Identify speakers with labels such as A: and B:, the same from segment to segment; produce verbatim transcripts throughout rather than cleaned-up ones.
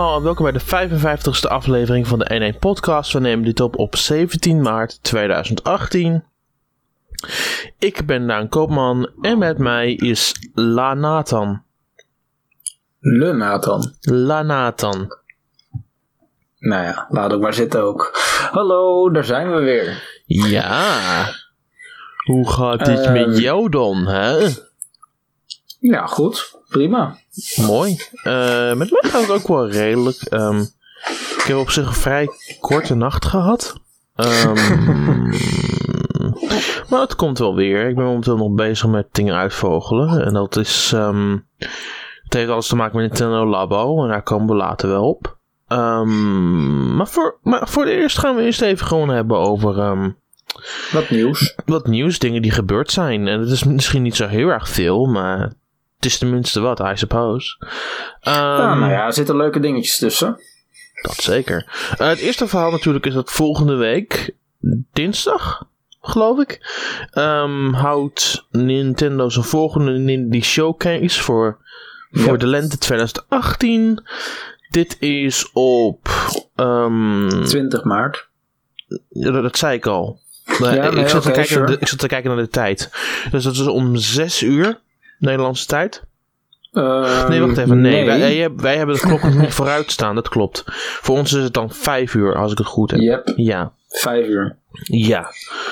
A: allemaal en welkom bij de vijfenvijftigste aflevering van de één één podcast. We nemen dit op op zeventien maart tweeduizend achttien. Ik ben Daan Koopman en met mij is La Nathan.
B: Le Nathan.
A: La Nathan.
B: Nou ja, laat ook maar zitten ook. Hallo, daar zijn we weer.
A: Ja. Hoe gaat dit uh, met jou dan, hè?
B: Ja, goed. Prima.
A: Mooi. Uh, met mij gaat het ook wel redelijk. Um, ik heb op zich een vrij korte nacht gehad. Um, maar het komt wel weer. Ik ben momenteel nog bezig met dingen uitvogelen. En dat is... Um, het heeft alles te maken met Nintendo Labo. En daar komen we later wel op. Um, maar, voor, maar voor de eerst gaan we eerst even gewoon hebben over... Um,
B: wat nieuws.
A: Wat nieuws, dingen die gebeurd zijn. En het is misschien niet zo heel erg veel, maar... Het is tenminste wat, I suppose. Um,
B: ja, nou ja, er zitten leuke dingetjes tussen.
A: Dat zeker. Uh, het eerste verhaal natuurlijk is dat volgende week, dinsdag, geloof ik, um, houdt Nintendo zijn volgende Nindie Showcase voor, voor ja. de lente tweeduizend achttien. Dit is op... Um,
B: twintig maart.
A: Dat, dat zei ik al. Ja, ik,
B: nee,
A: zat
B: okay,
A: te kijken
B: sure.
A: naar de, ik zat te kijken naar de tijd. Dus dat is om zes uur. Nederlandse tijd?
B: Uh,
A: nee, wacht even. Nee,
B: nee.
A: Wij, wij, wij hebben de klok nog niet vooruit staan. Dat klopt. Voor ons is het dan vijf uur, als ik het goed heb.
B: Yep.
A: Ja.
B: Vijf uur.
A: Ja.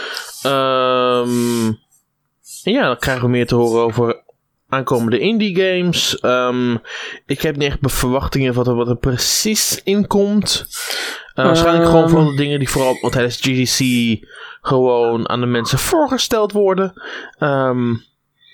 A: Um, ja, dan krijgen we meer te horen over aankomende indie games. Um, ik heb niet echt verwachtingen van wat er precies in komt. Uh, waarschijnlijk um, gewoon van de dingen die vooral tijdens G D C gewoon aan de mensen voorgesteld worden. Um,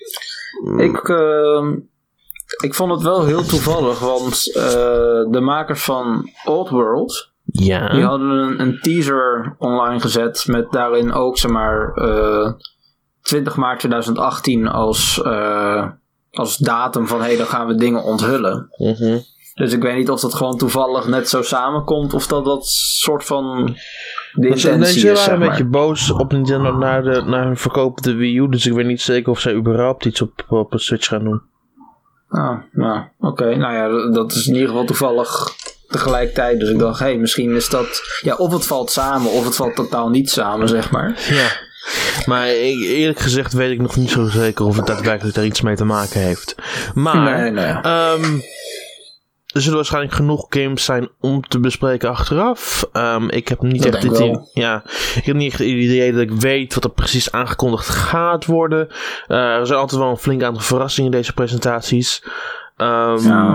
B: Ik, uh, ik vond het wel heel toevallig, want uh, de makers van Oddworld,
A: ja.
B: die hadden een, een teaser online gezet met daarin ook, zeg maar, uh, twintig maart tweeduizend achttien als, uh, als datum van, hé, hey, dan gaan we dingen onthullen.
A: Mm-hmm.
B: Dus ik weet niet of dat gewoon toevallig net zo samenkomt, of dat dat soort van... De
A: maar ze, nee, ze waren
B: zeg
A: een
B: maar.
A: beetje boos op Nintendo naar, de, naar hun verkopende Wii U. Dus ik weet niet zeker of zij überhaupt iets op, op een Switch gaan doen.
B: Ah, nou, oké. Okay. Nou ja, dat is in ieder geval toevallig tegelijkertijd. Dus ik dacht, hé, hey, misschien is dat... Ja, of het valt samen, of het valt totaal niet samen, zeg maar.
A: Ja. Maar eerlijk gezegd weet ik nog niet zo zeker of het daadwerkelijk daar iets mee te maken heeft. Maar...
B: Nee, nee.
A: Um, Er zullen waarschijnlijk genoeg games zijn om te bespreken achteraf. Um, ik heb niet
B: dat
A: echt het idee, ja, ik heb niet echt het idee dat ik weet wat er precies aangekondigd gaat worden. Uh, er zijn altijd wel een flink aantal verrassingen in deze presentaties. Um, ja.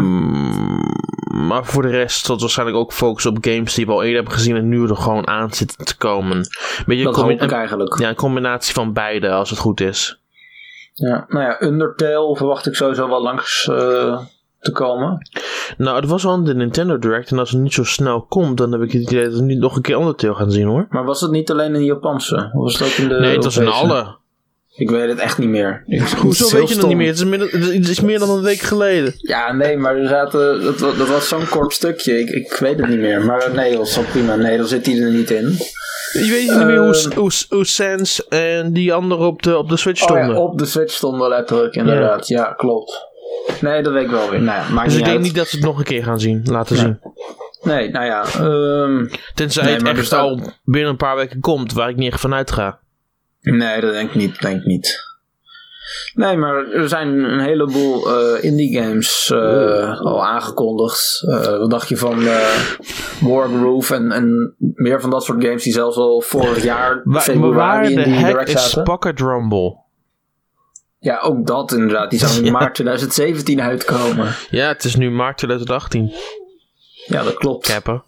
A: Maar voor de rest zal het waarschijnlijk ook focussen op games die we al eerder hebben gezien en nu er gewoon aan zitten te komen. Een beetje
B: dat
A: een, combi-
B: hoop ik eigenlijk.
A: Ja, een combinatie van beide als het goed is.
B: Ja, nou ja, Undertale verwacht ik sowieso wel langs... Uh... te komen.
A: Nou, het was al in de Nintendo Direct en als het niet zo snel komt, dan heb ik het idee dat we niet nog een keer Undertale gaan zien, hoor.
B: Maar was het niet alleen in de Japanse? Of was het ook in de
A: Nee, het was in alle.
B: Ik weet het echt niet meer.
A: Hoezo weet je het niet meer? Het is, meer, het is meer dan een week geleden.
B: Ja, nee, maar er zaten, dat, dat was zo'n kort stukje. Ik, ik weet het niet meer. Maar nee, dat was wel prima. Nee, dan zit hij er niet in.
A: Je weet niet uh, meer hoe, hoe, hoe Sans en die andere op de, op de Switch stonden.
B: Oh ja, op de Switch stonden letterlijk, inderdaad. Ja, ja klopt. Nee, dat weet ik wel weer. Nou ja, maakt
A: dus
B: niet
A: ik denk
B: uit.
A: niet dat ze het nog een keer gaan zien, laten
B: nee.
A: zien.
B: Nee, nou ja. Um,
A: Tenzij
B: nee,
A: het echt
B: bestaat...
A: al binnen een paar weken komt, waar ik niet echt van uit ga.
B: Nee, dat denk ik niet. Denk ik niet. Nee, maar er zijn een heleboel uh, indie games uh, al aangekondigd. Uh, wat dacht je van uh, Wargroove en, en meer van dat soort games die zelfs al vorig jaar
A: Wa-
B: februari in
A: de
B: die
A: heck
B: direct
A: is
B: zaten?
A: Pocket Rumble?
B: Ja, ook dat inderdaad. Die zou in
A: ja.
B: maart tweeduizend zeventien uitkomen.
A: Ja, het is nu maart tweeduizend achttien.
B: Ja, dat klopt.
A: Kapper.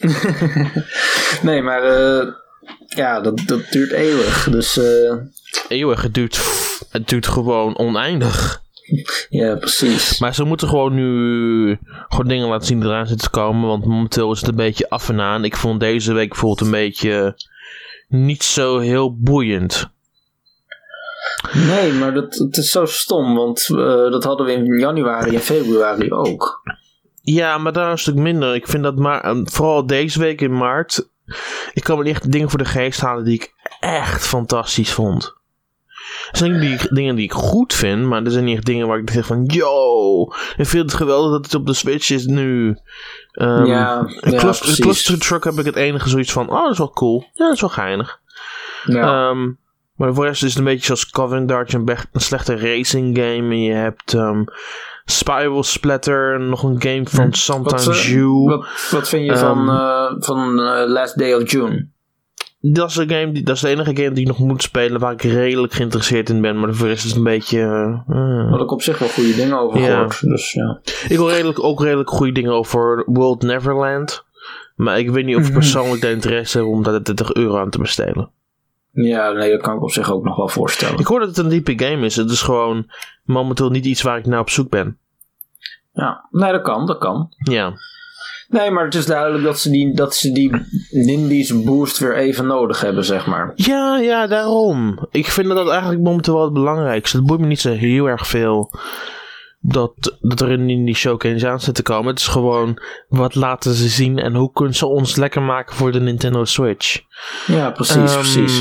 B: Nee, maar uh, ja, dat, dat duurt eeuwig. Dus, uh...
A: Eeuwig, het duurt, het duurt gewoon oneindig.
B: Ja, precies.
A: Maar ze moeten gewoon nu gewoon dingen laten zien die eraan zitten te komen. Want momenteel is het een beetje af en aan. Ik vond deze week bijvoorbeeld een beetje niet zo heel boeiend.
B: Nee, maar dat, het is zo stom, want uh, dat hadden we in januari en februari ook.
A: Ja, maar daar een stuk minder. Ik vind dat maar, vooral deze week in maart, ik kan me echt dingen voor de geest halen die ik echt fantastisch vond. Er zijn die, dingen die ik goed vind, maar er zijn niet echt dingen waar ik zeg van, yo, ik vind het geweldig dat het op de Switch is nu. Um,
B: ja, ja,
A: Cluster, Cluster Truck heb ik het enige zoiets van, oh, dat is wel cool. Ja, dat is wel geinig.
B: Ja.
A: Um, maar voor de rest is het een beetje zoals Covering Dart, een, een slechte racing game. En je hebt um, Spiral Splatter, nog een game van hm. Sometimes wat, uh, You.
B: Wat, wat vind je um, van, uh, van uh, Last Day of June?
A: Dat is, een game die, dat is de enige game die ik nog moet spelen waar ik redelijk geïnteresseerd in ben. Maar voor de rest is het een beetje... Uh,
B: Had ik op zich wel goede dingen over gehoord. Ja. Dus, ja.
A: Ik wil redelijk, ook redelijk goede dingen over World Neverland. Maar ik weet niet of ik persoonlijk de interesse heb om daar dertig euro aan te besteden.
B: Ja, nee, dat kan ik op zich ook nog wel voorstellen.
A: Ik hoor dat het een diepe game is. Het is gewoon momenteel niet iets waar ik naar op zoek ben.
B: Ja, nee, dat kan, dat kan.
A: Ja.
B: Nee, maar het is duidelijk dat ze die, dat ze die Nindies boost weer even nodig hebben, zeg maar.
A: Ja, ja, daarom. Ik vind dat eigenlijk momenteel wel het belangrijkste. Het boeit me niet zo heel erg veel dat, dat er een Indie Showcase aan zit te komen. Het is gewoon, wat laten ze zien en hoe kunnen ze ons lekker maken voor de Nintendo Switch.
B: Ja, precies, um, precies.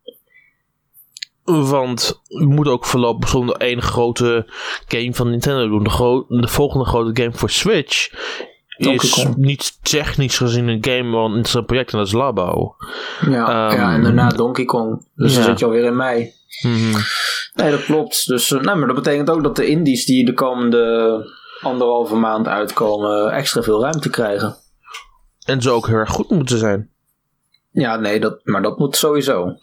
A: Want we moeten ook voorlopig zonder één grote game van Nintendo doen. De, gro- de volgende grote game voor Switch is niet technisch gezien een game, want het is een project en dat is Labo.
B: Ja, um, ja en daarna Donkey Kong. Dus ja. Dan zit je alweer in mei.
A: Mm-hmm.
B: Nee, dat klopt. Dus, uh, nou, maar dat betekent ook dat de indies die de komende anderhalve maand uitkomen extra veel ruimte krijgen.
A: En ze ook heel erg goed moeten zijn.
B: Ja, nee, dat, maar dat moet sowieso.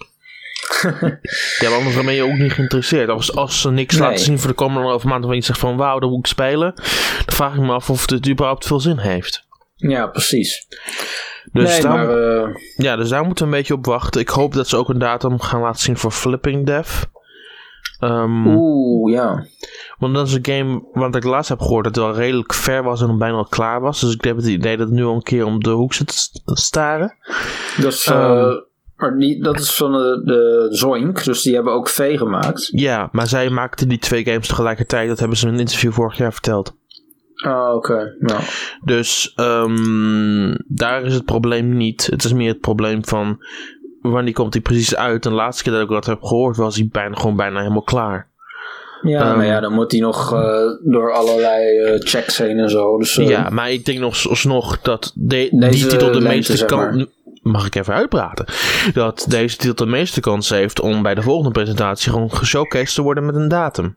A: Ja, maar anders ben je ook niet geïnteresseerd. Als, als ze niks nee. laten zien voor de komende anderhalve maand, waarvan je zegt van wauw, dat moet ik spelen, dan vraag ik me af of het überhaupt veel zin heeft.
B: Ja, precies.
A: Dus,
B: nee,
A: daar,
B: maar, uh...
A: ja, dus daar moeten we een beetje op wachten. Ik hoop dat ze ook een datum gaan laten zien voor Flipping Death. Um,
B: Oeh, ja.
A: Want dat is een game wat ik laatst heb gehoord dat het wel redelijk ver was en bijna al klaar was. Dus ik heb het idee dat het nu al een keer om de hoek zit te staren.
B: Dat is, uh, um, maar die, dat is van de, de Zoink, dus die hebben ook V gemaakt.
A: Ja, maar zij maakten die twee games tegelijkertijd. Dat hebben ze in een interview vorig jaar verteld.
B: Ah, oké. Okay. Ja.
A: Dus um, daar is het probleem niet. Het is meer het probleem van wanneer komt hij precies uit. En de laatste keer dat ik dat heb gehoord was hij bijna, gewoon bijna helemaal klaar.
B: Ja, um, maar ja, dan moet hij nog uh, door allerlei uh, checks heen en zo. Dus, uh,
A: ja, maar ik denk nog alsnog dat de, die titel de meeste kans... Mag ik even uitpraten? Dat deze titel de meeste kans heeft om bij de volgende presentatie gewoon geshowcased te worden met een datum.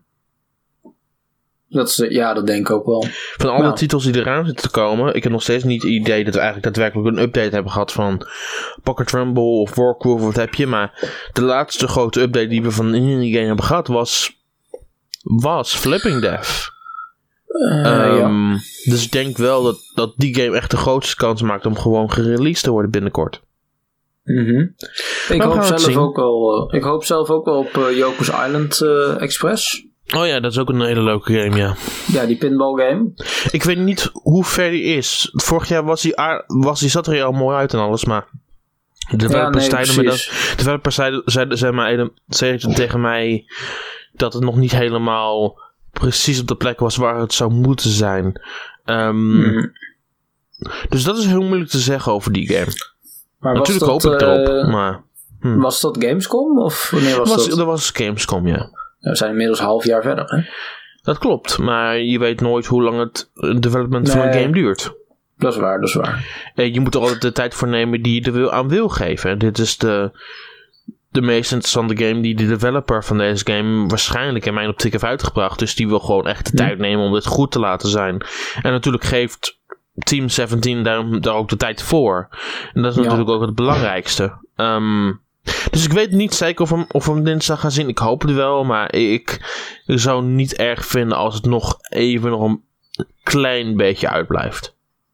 B: Dat is, ja, dat denk ik ook wel.
A: Van alle nou. titels die eraan zitten te komen, ik heb nog steeds niet het idee dat we eigenlijk daadwerkelijk een update hebben gehad van Pocket Rumble of Wargroove of wat heb je. Maar de laatste grote update die we van een indie game hebben gehad was, was Flipping Death. Uh, um, ja. Dus ik denk wel dat, dat die game echt de grootste kans maakt om gewoon gereleased te worden binnenkort.
B: Mm-hmm. Ik, hoop zelf ook wel, uh, ik hoop zelf ook wel op uh, Yoku's Island uh, Express.
A: Oh ja, dat is ook een hele leuke game, ja.
B: Ja, die pinball game.
A: Ik weet niet hoe ver die is. Vorig jaar was die, aard, was die zat er al mooi uit en alles, maar de developers ja, nee, zeiden, dat, de developers zeiden, zeiden, zeiden, zeiden tegen mij dat het nog niet helemaal precies op de plek was waar het zou moeten zijn. Um, mm. Dus dat is heel moeilijk te zeggen over die game. Maar natuurlijk
B: dat,
A: hoop ik erop.
B: Uh,
A: maar,
B: hm. Was dat Gamescom? Of wanneer was
A: was,
B: dat?
A: Dat was Gamescom, ja.
B: We zijn inmiddels een half jaar verder, hè?
A: Dat klopt, maar je weet nooit hoe lang het development nee, van een game duurt.
B: Dat is waar, dat is waar.
A: Je moet er altijd de tijd voor nemen die je er wil aan wil geven. Dit is de, de meest interessante game die de developer van deze game waarschijnlijk in mijn optiek heeft uitgebracht. Dus die wil gewoon echt de hm. tijd nemen om dit goed te laten zijn. En natuurlijk geeft Team zeventien daar, daar ook de tijd voor. En dat is ja. natuurlijk ook het belangrijkste. Um, Dus ik weet niet zeker of we hem, of we hem dinsdag gaan zien. Ik hoop het wel, maar ik, ik zou het niet erg vinden als het nog even nog een klein beetje uitblijft.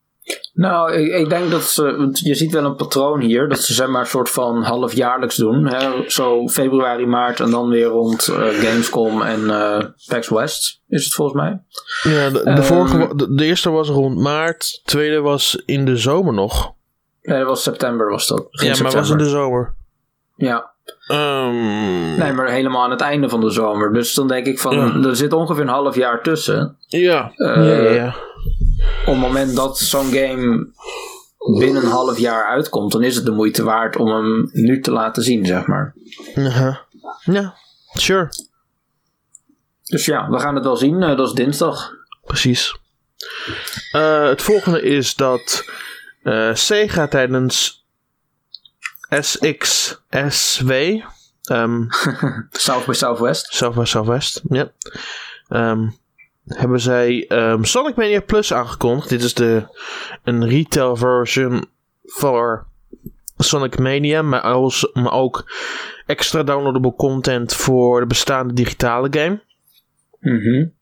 B: Nou, ik, ik denk dat ze, je ziet wel een patroon hier, dat ze zeg maar een soort van halfjaarlijks doen. Hè? Zo februari, maart en dan weer rond uh, Gamescom en uh, PAX West is het volgens mij.
A: Ja, de, de, um, vorige, de, de eerste was rond maart, de tweede was in de zomer nog.
B: Nee, dat was september was dat.
A: Ja, maar september. Was in de zomer.
B: Ja.
A: Um,
B: nee, maar helemaal aan het einde van de zomer. Dus dan denk ik van, ja. er zit ongeveer een half jaar tussen.
A: Ja.
B: Uh,
A: ja, ja, ja.
B: Op het moment dat zo'n game binnen een half jaar uitkomt, dan is het de moeite waard om hem nu te laten zien, zeg maar.
A: Uh-huh. Ja. Sure.
B: Dus ja, we gaan het wel zien. Uh, dat is dinsdag.
A: Precies. Uh, het volgende is dat uh, Sega tijdens S X S W... Um,
B: South by Southwest.
A: South by Southwest, ja. Um, hebben zij um, Sonic Mania Plus aangekondigd. Dit is de een retail version voor Sonic Mania, maar, als, maar ook extra downloadable content voor de bestaande digitale game.
B: Mm-hmm.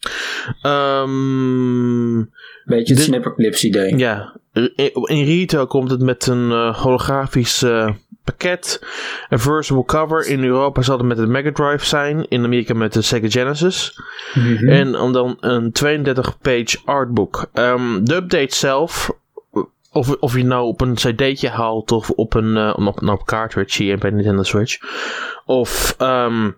A: Um,
B: Beetje het
A: dit,
B: snipperclips idee.
A: Ja, in retail komt het met een uh, holografisch uh, pakket. Een versatile cover. In Europa zal het met de Mega Drive zijn. In Amerika met de Sega Genesis.
B: Mm-hmm.
A: En dan een tweeëndertig page artbook. Um, de update zelf, of, of je nou op een cd'tje haalt of op een uh, op, nou op cartridge hier bij Nintendo Switch. Of... Um,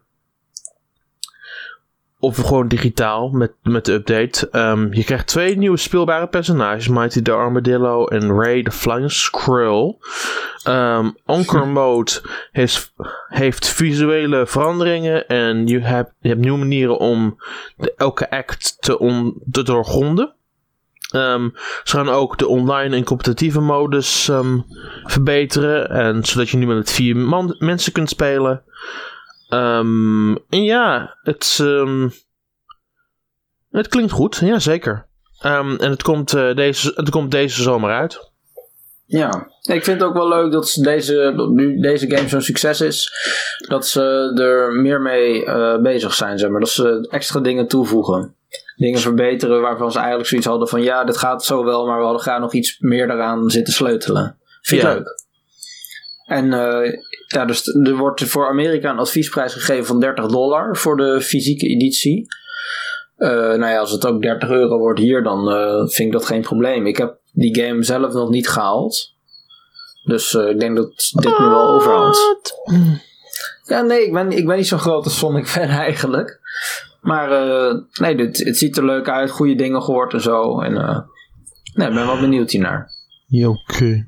A: Of gewoon digitaal met, met de update. Um, je krijgt twee nieuwe speelbare personages. Mighty the Armadillo en Ray the Flying Squirrel. Um, Encore Mode heeft, heeft visuele veranderingen. En je hebt, je hebt nieuwe manieren om de, elke act te, on, te doorgronden. Um, ze gaan ook de online en competitieve modus um, verbeteren. En zodat je nu met vier man, mensen kunt spelen. Um, en ja, het, um, het klinkt goed, ja zeker. Um, en het komt, uh, deze, het komt deze zomer uit.
B: Ja, ik vind het ook wel leuk dat deze, dat nu deze game zo'n succes is. Dat ze er meer mee uh, bezig zijn, zeg maar. Dat ze extra dingen toevoegen. Dingen verbeteren waarvan ze eigenlijk zoiets hadden van... ja, dit gaat zo wel, maar we hadden graag nog iets meer daaraan zitten sleutelen. Vind je
A: ja.
B: leuk? En uh, ja, dus er wordt voor Amerika een adviesprijs gegeven van dertig dollar voor de fysieke editie. Uh, nou ja, als het ook dertig euro wordt hier, dan uh, vind ik dat geen probleem. Ik heb die game zelf nog niet gehaald. Dus uh, ik denk dat dit me wel overhaalt. Ja, nee, ik ben, ik ben niet zo'n grote Sonic fan eigenlijk. Maar uh, nee, dit, het ziet er leuk uit. Goede dingen gehoord en zo. En uh, nee, ik ben wel benieuwd hiernaar.
A: Ja, oké. Okay.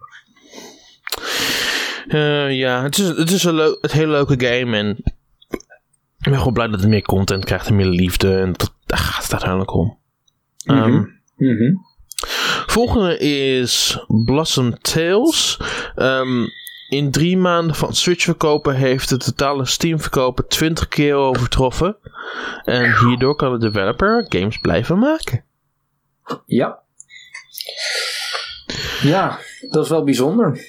A: Uh, ja, het is, het is een, leuk, een hele leuke game en ik ben gewoon blij dat het meer content krijgt en meer liefde en dat, daar gaat het uiteindelijk om.
B: Mm-hmm.
A: Um,
B: Mm-hmm.
A: Volgende is Blossom Tales. Um, in drie maanden van Switch verkopen heeft de totale Steam verkopen twintig keer overtroffen en hierdoor kan de developer games blijven maken.
B: Ja. Ja, dat is wel bijzonder.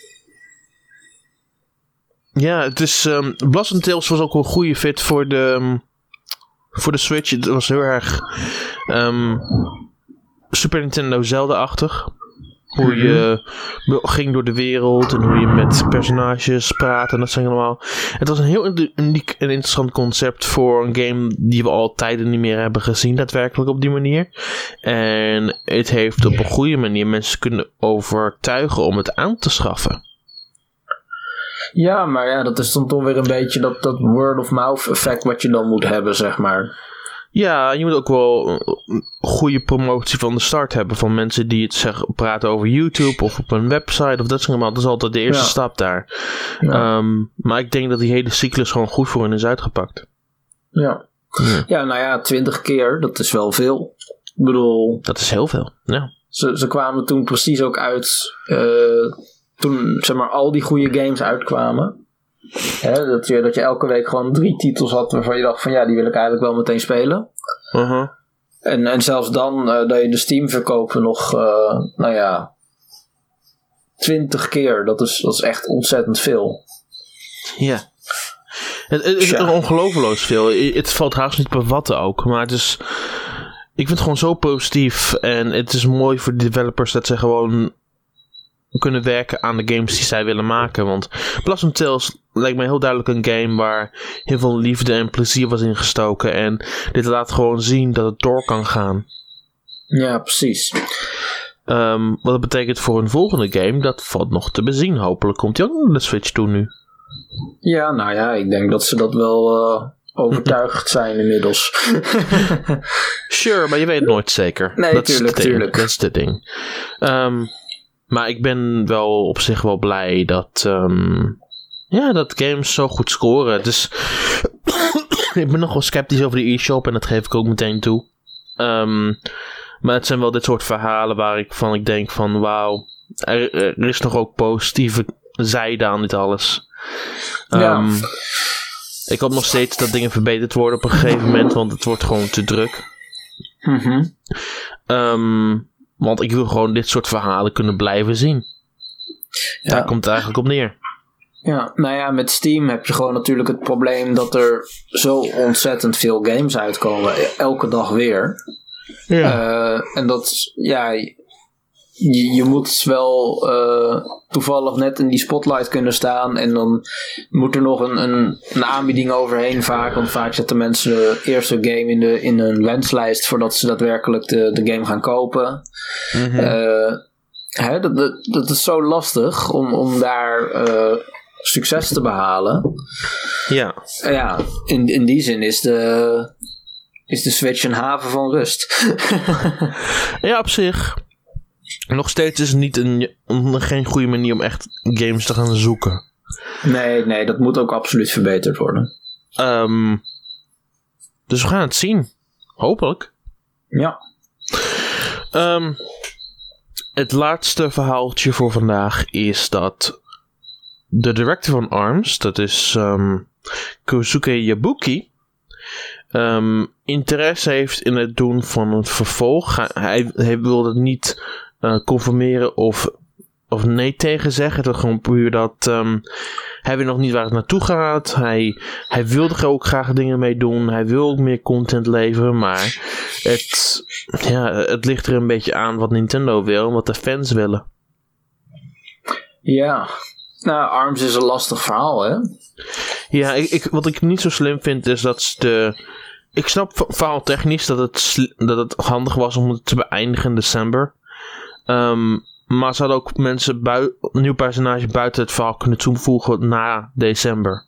A: Ja, het is... Um, Blossom Tales was ook een goede fit voor de... Um, voor de Switch. Het was heel erg... Um, Super Nintendo Zelda-achtig. Hoe mm-hmm. je ging door de wereld. En hoe je met personages praat. En dat zijn allemaal... Het was een heel uniek en interessant concept voor een game die we al tijden niet meer hebben gezien. Daadwerkelijk op die manier. En het heeft op een goede manier mensen kunnen overtuigen om het aan te schaffen.
B: Ja, maar ja, dat is dan toch weer een beetje dat, dat word-of-mouth effect wat je dan moet hebben, zeg maar.
A: Ja, je moet ook wel een goede promotie van de start hebben van mensen die het zeggen, praten over YouTube of op een website of dat soort dingen. Dat is altijd de eerste ja. stap daar. Ja. Um, maar ik denk dat die hele cyclus gewoon goed voor hen is uitgepakt.
B: Ja. Ja, ja nou ja, twintig keer, dat is wel veel. Ik bedoel...
A: Dat is heel veel, ja.
B: Ze, ze kwamen toen precies ook uit... Uh, toen, zeg maar, al die goede games uitkwamen. Hè, dat, je, dat je elke week gewoon drie titels had waarvan je dacht van ja, die wil ik eigenlijk wel meteen spelen.
A: Uh-huh.
B: En, en zelfs dan uh, dat je de Steam verkopen nog, uh, nou ja, twintig keer. Dat is, dat is echt ontzettend veel.
A: Ja. Het, het is ja. ongelooflijk veel. Het valt haast niet te bevatten ook. Maar het is... Ik vind het gewoon zo positief. En het is mooi voor de developers dat ze gewoon... kunnen werken aan de games die zij willen maken. Want Blossom Tales lijkt me heel duidelijk een game waar heel veel liefde en plezier was ingestoken. En dit laat gewoon zien dat het door kan gaan.
B: Ja, precies.
A: Um, wat dat betekent voor een volgende game, dat valt nog te bezien. Hopelijk komt die ook naar de Switch toe nu.
B: Ja, nou ja, ik denk dat ze dat wel uh, overtuigd zijn inmiddels.
A: Sure, maar je weet het nooit zeker.
B: Nee, dat tuurlijk,
A: is
B: tuurlijk.
A: Dat is het ding. Um, Maar ik ben wel op zich wel blij dat, um, ja, dat games zo goed scoren. Dus ik ben nog wel sceptisch over de e-shop en dat geef ik ook meteen toe. Um, maar het zijn wel dit soort verhalen waar ik van ik denk van wauw, er, er is nog ook positieve zijde aan dit alles. Um, ja. Ik hoop nog steeds dat dingen verbeterd worden op een gegeven moment, want het wordt gewoon te druk.
B: Mm-hmm.
A: Um, want ik wil gewoon dit soort verhalen kunnen blijven zien. Ja. Daar komt het eigenlijk op neer.
B: Ja, nou ja, met Steam heb je gewoon natuurlijk het probleem dat er zo ontzettend veel games uitkomen. Elke dag weer. Ja. Uh, en dat, ja, je, je moet wel uh, toevallig net in die spotlight kunnen staan. En dan moet er nog een, een, een aanbieding overheen vaak. Want vaak zetten mensen eerst een game in, de, in een wenslijst voordat ze daadwerkelijk de, de game gaan kopen. Mm-hmm. Uh, hè, dat, dat, dat is zo lastig om, om daar uh, succes te behalen.
A: Ja.
B: Uh, ja, in, in die zin is de, is de Switch een haven van rust.
A: Ja, op zich. Nog steeds is het niet een, een, geen goede manier om echt games te gaan zoeken.
B: Nee, nee, dat moet ook absoluut verbeterd worden.
A: Um, dus we gaan het zien. Hopelijk.
B: Ja.
A: Um, het laatste verhaaltje voor vandaag is dat de director van ARMS, dat is um, Kosuke Yabuki, um, interesse heeft in het doen van een vervolg. Hij, hij wil het niet uh, conformeren of, of nee tegen zeggen. Het is gewoon puur dat um, hij weet nog niet waar het naartoe gaat. Hij, hij wil er ook graag dingen mee doen. Hij wil ook meer content leveren, maar het, ja, het ligt er een beetje aan wat Nintendo wil en wat de fans willen.
B: Ja, nou, ARMS is een lastig verhaal, hè?
A: Ja, ik, ik, wat ik niet zo slim vind is dat de... Ik snap verhaaltechnisch dat het, sl- dat het handig was om het te beëindigen in december. Um, maar ze hadden ook mensen bui- een nieuw personage buiten het verhaal kunnen toevoegen na december.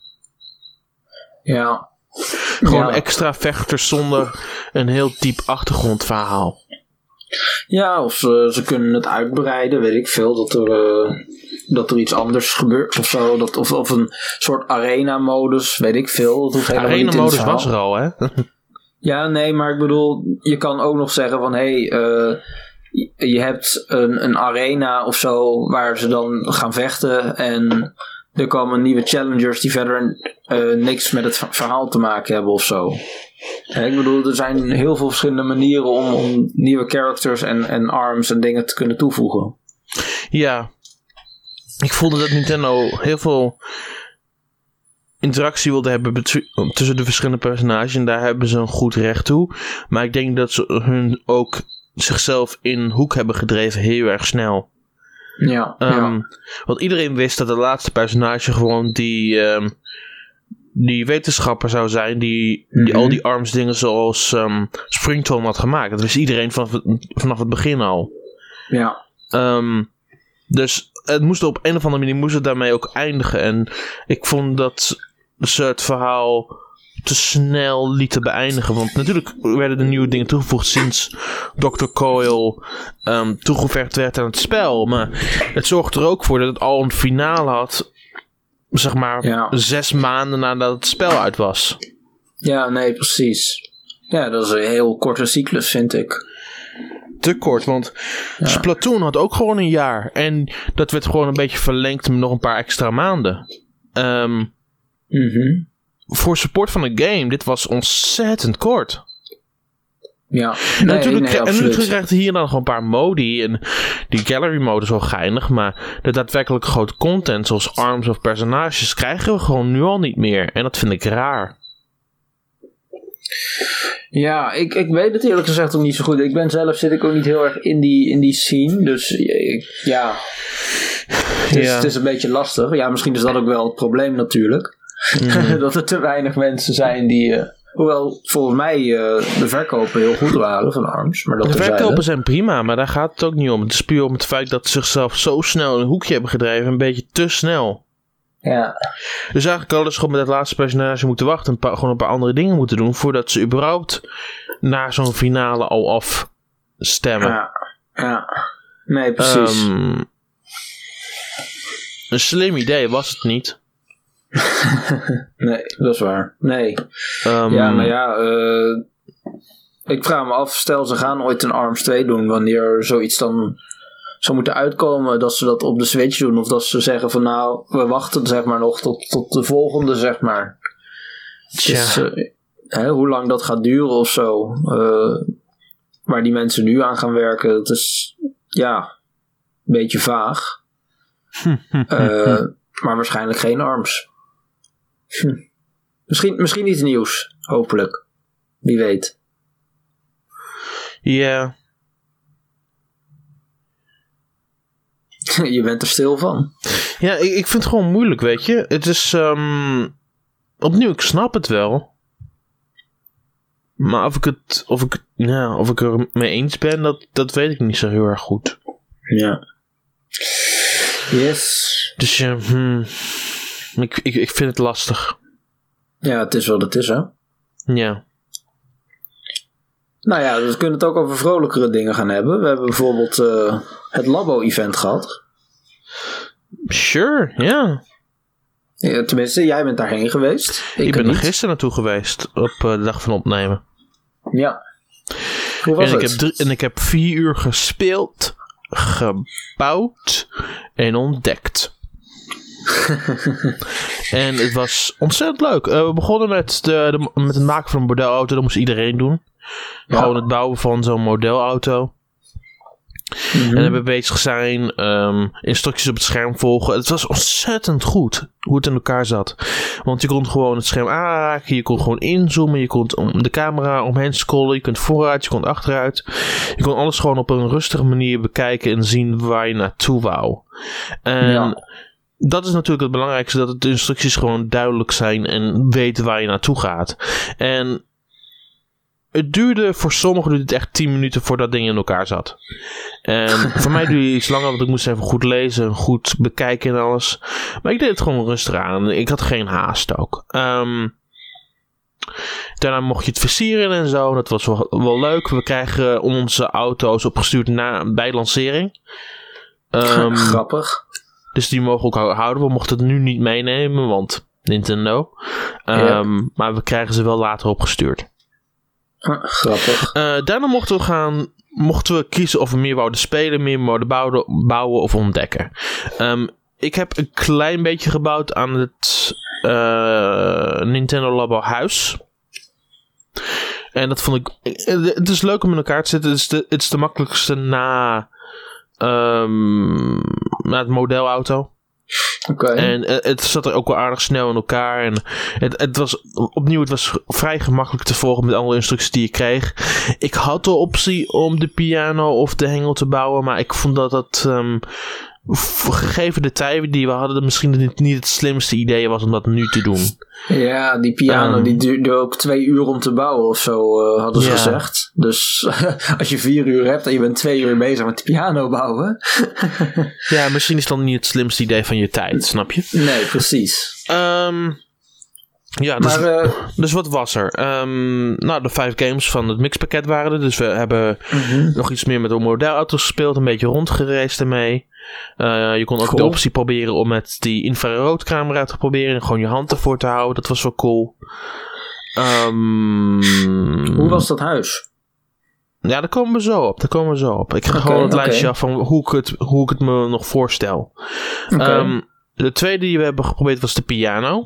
B: Ja.
A: Gewoon
B: ja.
A: extra vechters zonder een heel diep achtergrondverhaal.
B: Ja, of ze, ze kunnen het uitbreiden, weet ik veel. Dat er, uh, dat er iets anders gebeurt of zo. Dat, of, of een soort arena-modus, weet ik veel. Dat
A: arena-modus was er al, hè?
B: Ja, nee, maar ik bedoel, je kan ook nog zeggen van... Hé, hey, uh, je hebt een, een arena of zo waar ze dan gaan vechten. En er komen nieuwe challengers die verder uh, niks met het verhaal te maken hebben of zo. Ja, ik bedoel, er zijn heel veel verschillende manieren om, om nieuwe characters en, en arms en dingen te kunnen toevoegen.
A: Ja, ik voelde dat Nintendo heel veel interactie wilde hebben betw- tussen de verschillende personages. En daar hebben ze een goed recht toe. Maar ik denk dat ze hun ook zichzelf in een hoek hebben gedreven heel erg snel.
B: Ja,
A: um,
B: ja.
A: Want iedereen wist dat de laatste personage gewoon die... Um, die wetenschapper zou zijn die, die mm-hmm. al die arms dingen zoals um, Springtone had gemaakt. Dat wist iedereen vanaf het, vanaf het begin al.
B: Ja.
A: Um, dus het moest op een of andere manier moest het daarmee ook eindigen. En ik vond dat ze het verhaal te snel lieten beëindigen. Want natuurlijk werden er nieuwe dingen toegevoegd sinds dokter Coyle um, toegevoegd werd aan het spel. Maar het zorgde er ook voor dat het al een finale had... Zeg maar ja. zes maanden nadat het spel uit was.
B: Ja, nee, precies. Ja, dat is een heel korte cyclus, vind ik.
A: Te kort, want ja. Splatoon had ook gewoon een jaar. En dat werd gewoon een beetje verlengd met nog een paar extra maanden. Um,
B: mm-hmm.
A: Voor support van een game, dit was ontzettend kort.
B: Ja,
A: en
B: nee,
A: natuurlijk,
B: nee,
A: en natuurlijk krijgt hij hier dan gewoon een paar modi. En die gallery mode is wel geinig. Maar de daadwerkelijk grote content, zoals arms of personages, krijgen we gewoon nu al niet meer. En dat vind ik raar.
B: Ja, ik, ik weet het eerlijk gezegd ook niet zo goed. Ik ben zelf, zit ik ook niet heel erg in die, in die scene. Dus ik, ja, het is, ja. het is een beetje lastig. Ja, misschien is dat ook wel het probleem natuurlijk. Mm. Dat er te weinig mensen zijn die... Uh, Hoewel volgens mij uh, de verkopen heel goed waren van ARMS. Maar dat
A: de verkopen zijn prima, maar daar gaat het ook niet om. Het is puur om het feit dat ze zichzelf zo snel in een hoekje hebben gedreven. Een beetje te snel.
B: Ja.
A: Dus eigenlijk hadden ze gewoon met het laatste personage moeten wachten. En pa- gewoon een paar andere dingen moeten doen. Voordat ze überhaupt naar zo'n finale al afstemmen.
B: Ja, ja. Nee, precies.
A: Um, een slim idee was het niet.
B: Nee, dat is waar. Nee.
A: Um,
B: ja, maar ja... Uh, ik vraag me af, stel ze gaan ooit een ARMS twee doen... wanneer zoiets dan zou moeten uitkomen... dat ze dat op de Switch doen... of dat ze zeggen van nou... we wachten zeg maar nog tot, tot de volgende zeg maar. Dus, uh, hè, hoe lang dat gaat duren of zo... Uh, waar die mensen nu aan gaan werken... dat is ja... een beetje vaag. uh, maar waarschijnlijk geen ARMS. Hm. Misschien, misschien iets nieuws. Hopelijk. Wie weet.
A: Ja.
B: Yeah. Je bent er stil van.
A: Ja, ik, ik vind het gewoon moeilijk, weet je. Het is... Um, opnieuw, ik snap het wel. Maar of ik het... Of ik, ja, of ik er mee eens ben, dat, dat weet ik niet zo heel erg goed.
B: Ja. Yes.
A: Dus ja, hmm, ik, ik, ik vind het lastig.
B: Ja, het is wat het is, hè?
A: Ja.
B: Nou ja, we kunnen het ook over vrolijkere dingen gaan hebben. We hebben bijvoorbeeld uh, het Labo-event gehad.
A: Sure, ja.
B: ja. Tenminste, jij bent daarheen geweest. Ik,
A: ik ben
B: niet.
A: er gisteren naartoe geweest, op uh, de dag van opnemen.
B: Ja. Hoe was
A: en
B: het?
A: Ik heb drie, en ik heb vier uur gespeeld, gebouwd en ontdekt. En het was ontzettend leuk. Uh, we begonnen met, de, de, met het maken van een modelauto. Dat moest iedereen doen. Ja. Gewoon het bouwen van zo'n modelauto. Mm-hmm. En dan hebben we bezig zijn. Um, instructies op het scherm volgen. Het was ontzettend goed hoe het in elkaar zat. Want je kon gewoon het scherm aanraken. Je kon gewoon inzoomen. Je kon om de camera omheen scrollen. Je kunt vooruit, je kon achteruit. Je kon alles gewoon op een rustige manier bekijken. En zien waar je naartoe wou. En... Ja. Dat is natuurlijk het belangrijkste, dat de instructies gewoon duidelijk zijn en weten waar je naartoe gaat. En het duurde, voor sommigen duurde het echt tien minuten voordat ding in elkaar zat. En voor mij duurde het iets langer, want ik moest even goed lezen, goed bekijken en alles. Maar ik deed het gewoon rustig aan. Ik had geen haast ook. Um, daarna mocht je het versieren en zo, dat was wel, wel leuk. We krijgen onze auto's opgestuurd na, bij lancering. Um,
B: Grappig.
A: Dus die mogen ook houden. We mochten het nu niet meenemen, want Nintendo. Um, ja. Maar we krijgen ze wel later opgestuurd.
B: Ah, grappig.
A: Uh, daarna mochten we gaan... Mochten we kiezen of we meer wouden spelen, meer wouden bouwen, bouwen of ontdekken. Um, ik heb een klein beetje gebouwd aan het uh, Nintendo Labo huis. En dat vond ik... Het is leuk om in elkaar te zetten. Het is de, het is de makkelijkste na... Um, naar het modelauto.
B: Okay.
A: En uh, het zat er ook wel aardig snel in elkaar. En het, het was opnieuw, het was vrij gemakkelijk te volgen met alle instructies die je kreeg. Ik had de optie om de piano of de hengel te bouwen, maar ik vond dat dat um, gegeven de tijden die we hadden, misschien niet, niet het slimste idee was om dat nu te doen.
B: Ja, die piano um, die duurde ook twee uur om te bouwen of zo, uh, hadden ze ja. gezegd. Dus als je vier uur hebt en je bent twee uur bezig met de piano bouwen.
A: Ja, misschien is dat niet het slimste idee van je tijd, snap je?
B: Nee, precies.
A: Um, ja, dus,
B: maar, uh,
A: dus wat was er? Um, nou, de vijf games van het mixpakket waren er. Dus we hebben uh-huh. nog iets meer met de modelauto's gespeeld. Een beetje rondgereisd ermee. Uh, je kon ook cool. de optie proberen om met die infraroodcamera te proberen. En gewoon je hand ervoor te houden. Dat was wel cool. Um,
B: Hoe was dat huis?
A: Ja, daar komen we zo op. Daar komen we zo op. Ik ga okay, gewoon het okay. lijstje af van hoe ik het, hoe ik het me nog voorstel. Okay. Um, de tweede die we hebben geprobeerd was de piano.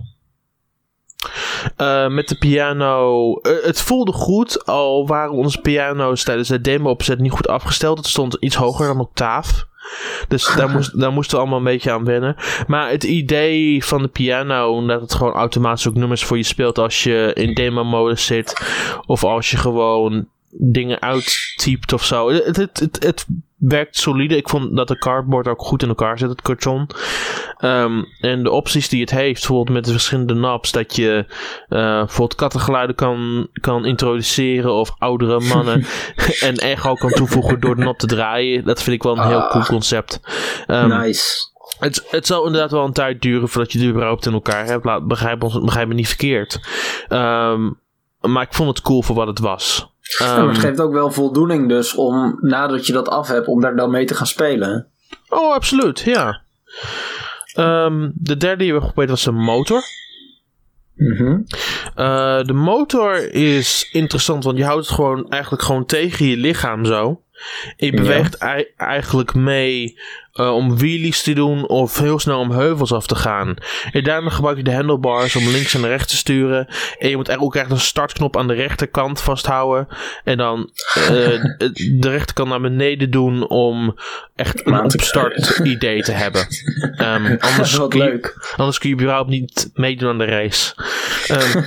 A: Uh, met de piano... Uh, het voelde goed, al waren onze piano's tijdens de demo-opzet niet goed afgesteld. Het stond iets hoger dan octaaf. Dus daar, moest, daar moesten we allemaal een beetje aan wennen. Maar het idee van de piano, dat het gewoon automatisch ook nummers voor je speelt als je in demo-modus zit. Of als je gewoon dingen uittypt of zo. Het, het, het, het werkt solide. Ik vond dat de cardboard ook goed in elkaar zit, het karton. Um, en de opties die het heeft, bijvoorbeeld met de verschillende knobs, dat je uh, bijvoorbeeld kattengeluiden kan, kan introduceren of oudere mannen en echo kan toevoegen door de knop te draaien. Dat vind ik wel een heel cool concept. Um,
B: nice.
A: Het, het zal inderdaad wel een tijd duren voordat je het überhaupt in elkaar hebt. Laat, begrijp, ons, begrijp me niet verkeerd. Um, maar ik vond het cool voor wat het was. Um,
B: ja, maar het geeft ook wel voldoening dus om, nadat je dat af hebt, om daar dan mee te gaan spelen.
A: Oh, absoluut, ja. Um, de derde die we geprobeerd was een motor.
B: Mm-hmm.
A: Uh, de motor is interessant, want je houdt het gewoon eigenlijk gewoon tegen je lichaam zo. En je beweegt ja. ei- eigenlijk mee uh, om wheelies te doen of heel snel om heuvels af te gaan. En daarna gebruik je de handlebars om links en rechts te sturen. En je moet ook echt een startknop aan de rechterkant vasthouden. En dan uh, de rechterkant naar beneden doen om echt een opstart idee te hebben. Um, anders,
B: Wat
A: kun je,
B: leuk.
A: anders kun je überhaupt niet meedoen aan de race. Um,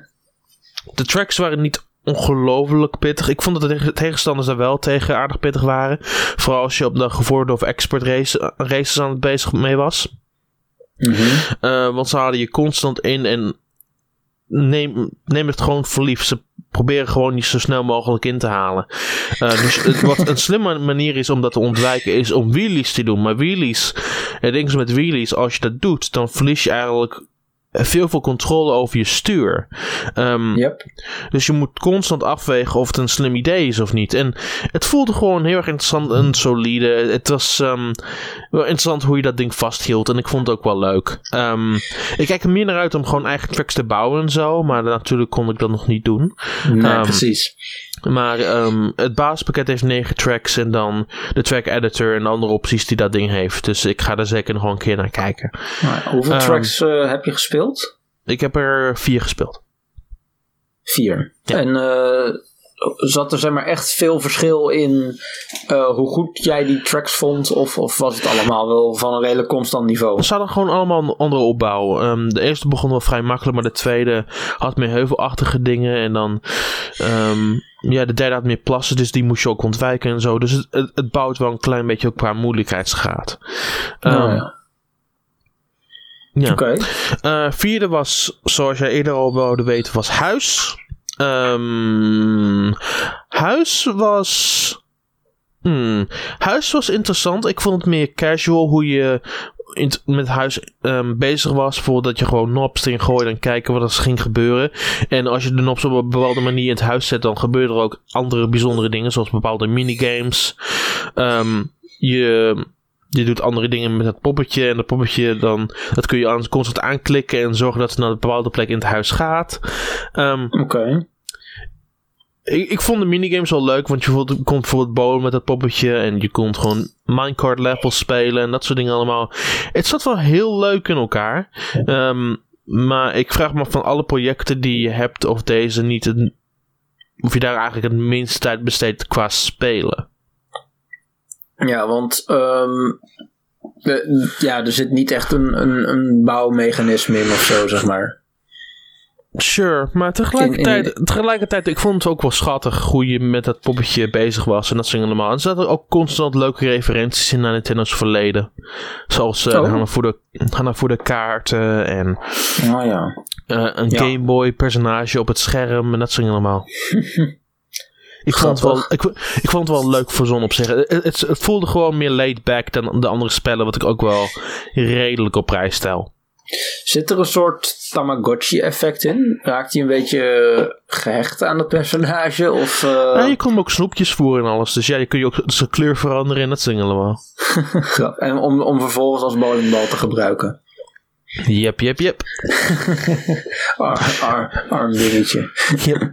A: de tracks waren niet ongelooflijk pittig. Ik vond dat de tegenstanders daar wel tegen aardig pittig waren. Vooral als je op de gevorderde of expert race, races aan het bezig mee was.
B: Mm-hmm.
A: Uh, want ze halen je constant in en neem, neem het gewoon voor lief. Ze proberen gewoon niet zo snel mogelijk in te halen. Uh, dus het, wat een slimme manier is om dat te ontwijken is om wheelies te doen. Maar wheelies, het ding is met wheelies, als je dat doet, dan verlies je eigenlijk veel veel controle over je stuur. Um,
B: yep.
A: Dus je moet constant afwegen of het een slim idee is of niet. En het voelde gewoon heel erg interessant en solide. Het was um, wel interessant hoe je dat ding vasthield. En ik vond het ook wel leuk. Um, ik kijk er meer naar uit om gewoon eigen tracks te bouwen en zo. Maar natuurlijk kon ik dat nog niet doen.
B: Nee,
A: um,
B: precies.
A: Maar um, het basispakket heeft negen tracks. En dan de track editor en de andere opties die dat ding heeft. Dus ik ga er zeker nog wel een keer naar kijken.
B: Maar hoeveel um, tracks uh, heb je gespeeld?
A: Ik heb er vier gespeeld.
B: Vier.
A: Ja.
B: En uh, zat er zeg maar echt veel verschil in uh, hoe goed jij die tracks vond? Of, of was het allemaal wel van een redelijk constant niveau?
A: Ze hadden gewoon allemaal een andere opbouw. Um, de eerste begon wel vrij makkelijk, maar de tweede had meer heuvelachtige dingen. En dan, um, ja, de derde had meer plassen, dus die moest je ook ontwijken en zo. Dus het, het, het bouwt wel een klein beetje ook qua moeilijkheidsgraad. Um,
B: oh, ja.
A: Ja.
B: Oké.
A: Okay. Uh, vierde was, zoals jij eerder al wilde weten, was Huis. Um, Huis was... Hmm, Huis was interessant. Ik vond het meer casual hoe je in t- met Huis um, bezig was. Bijvoorbeeld dat je gewoon knobs erin gooide en kijken wat er ging gebeuren. En als je de knobs op een bepaalde manier in het huis zet, dan gebeuren er ook andere bijzondere dingen, zoals bepaalde minigames. Um, je... Je doet andere dingen met het poppetje. En dat poppetje dan, dat kun je aan, constant aanklikken en zorgen dat het naar een bepaalde plek in het huis gaat. Um,
B: Oké. Okay.
A: Ik, ik vond de minigames wel leuk. Want je kon bijvoorbeeld bowlen met dat poppetje. En je kon gewoon minecart levels spelen. En dat soort dingen allemaal. Het zat wel heel leuk in elkaar. Um, maar ik vraag me af van alle projecten die je hebt. Of deze niet het, of je daar eigenlijk het minste tijd besteedt qua spelen.
B: Ja, want um, de, ja, er zit niet echt een, een, een bouwmechanisme in of zo, zeg maar.
A: Sure, maar tegelijkertijd,
B: in, in...
A: tegelijkertijd, ik vond het ook wel schattig hoe je met dat poppetje bezig was en dat soort dingen allemaal. En er zaten ook constant leuke referenties in naar Nintendo's verleden. Zoals uh, oh. Hanna voor de, Hanna voor de kaarten en
B: oh, ja.
A: uh, een ja. Game Boy personage op het scherm en dat soort dingen allemaal. Ik vond, het wel, ik, ik vond het wel leuk verzonnen op zich. Het, het, het voelde gewoon meer laid back dan de andere spellen, wat ik ook wel redelijk op prijs stel.
B: Zit er een soort Tamagotchi-effect in? Raakt hij een beetje gehecht aan het personage? Of, uh...
A: ja, je kon hem ook snoepjes voeren en alles. Dus ja, je kun je ook zijn kleur veranderen en dat zingen allemaal.
B: En om, om vervolgens als bowlingbal te gebruiken.
A: Yep, yep, yep.
B: ar, ar, arm dingetje.
A: Yep.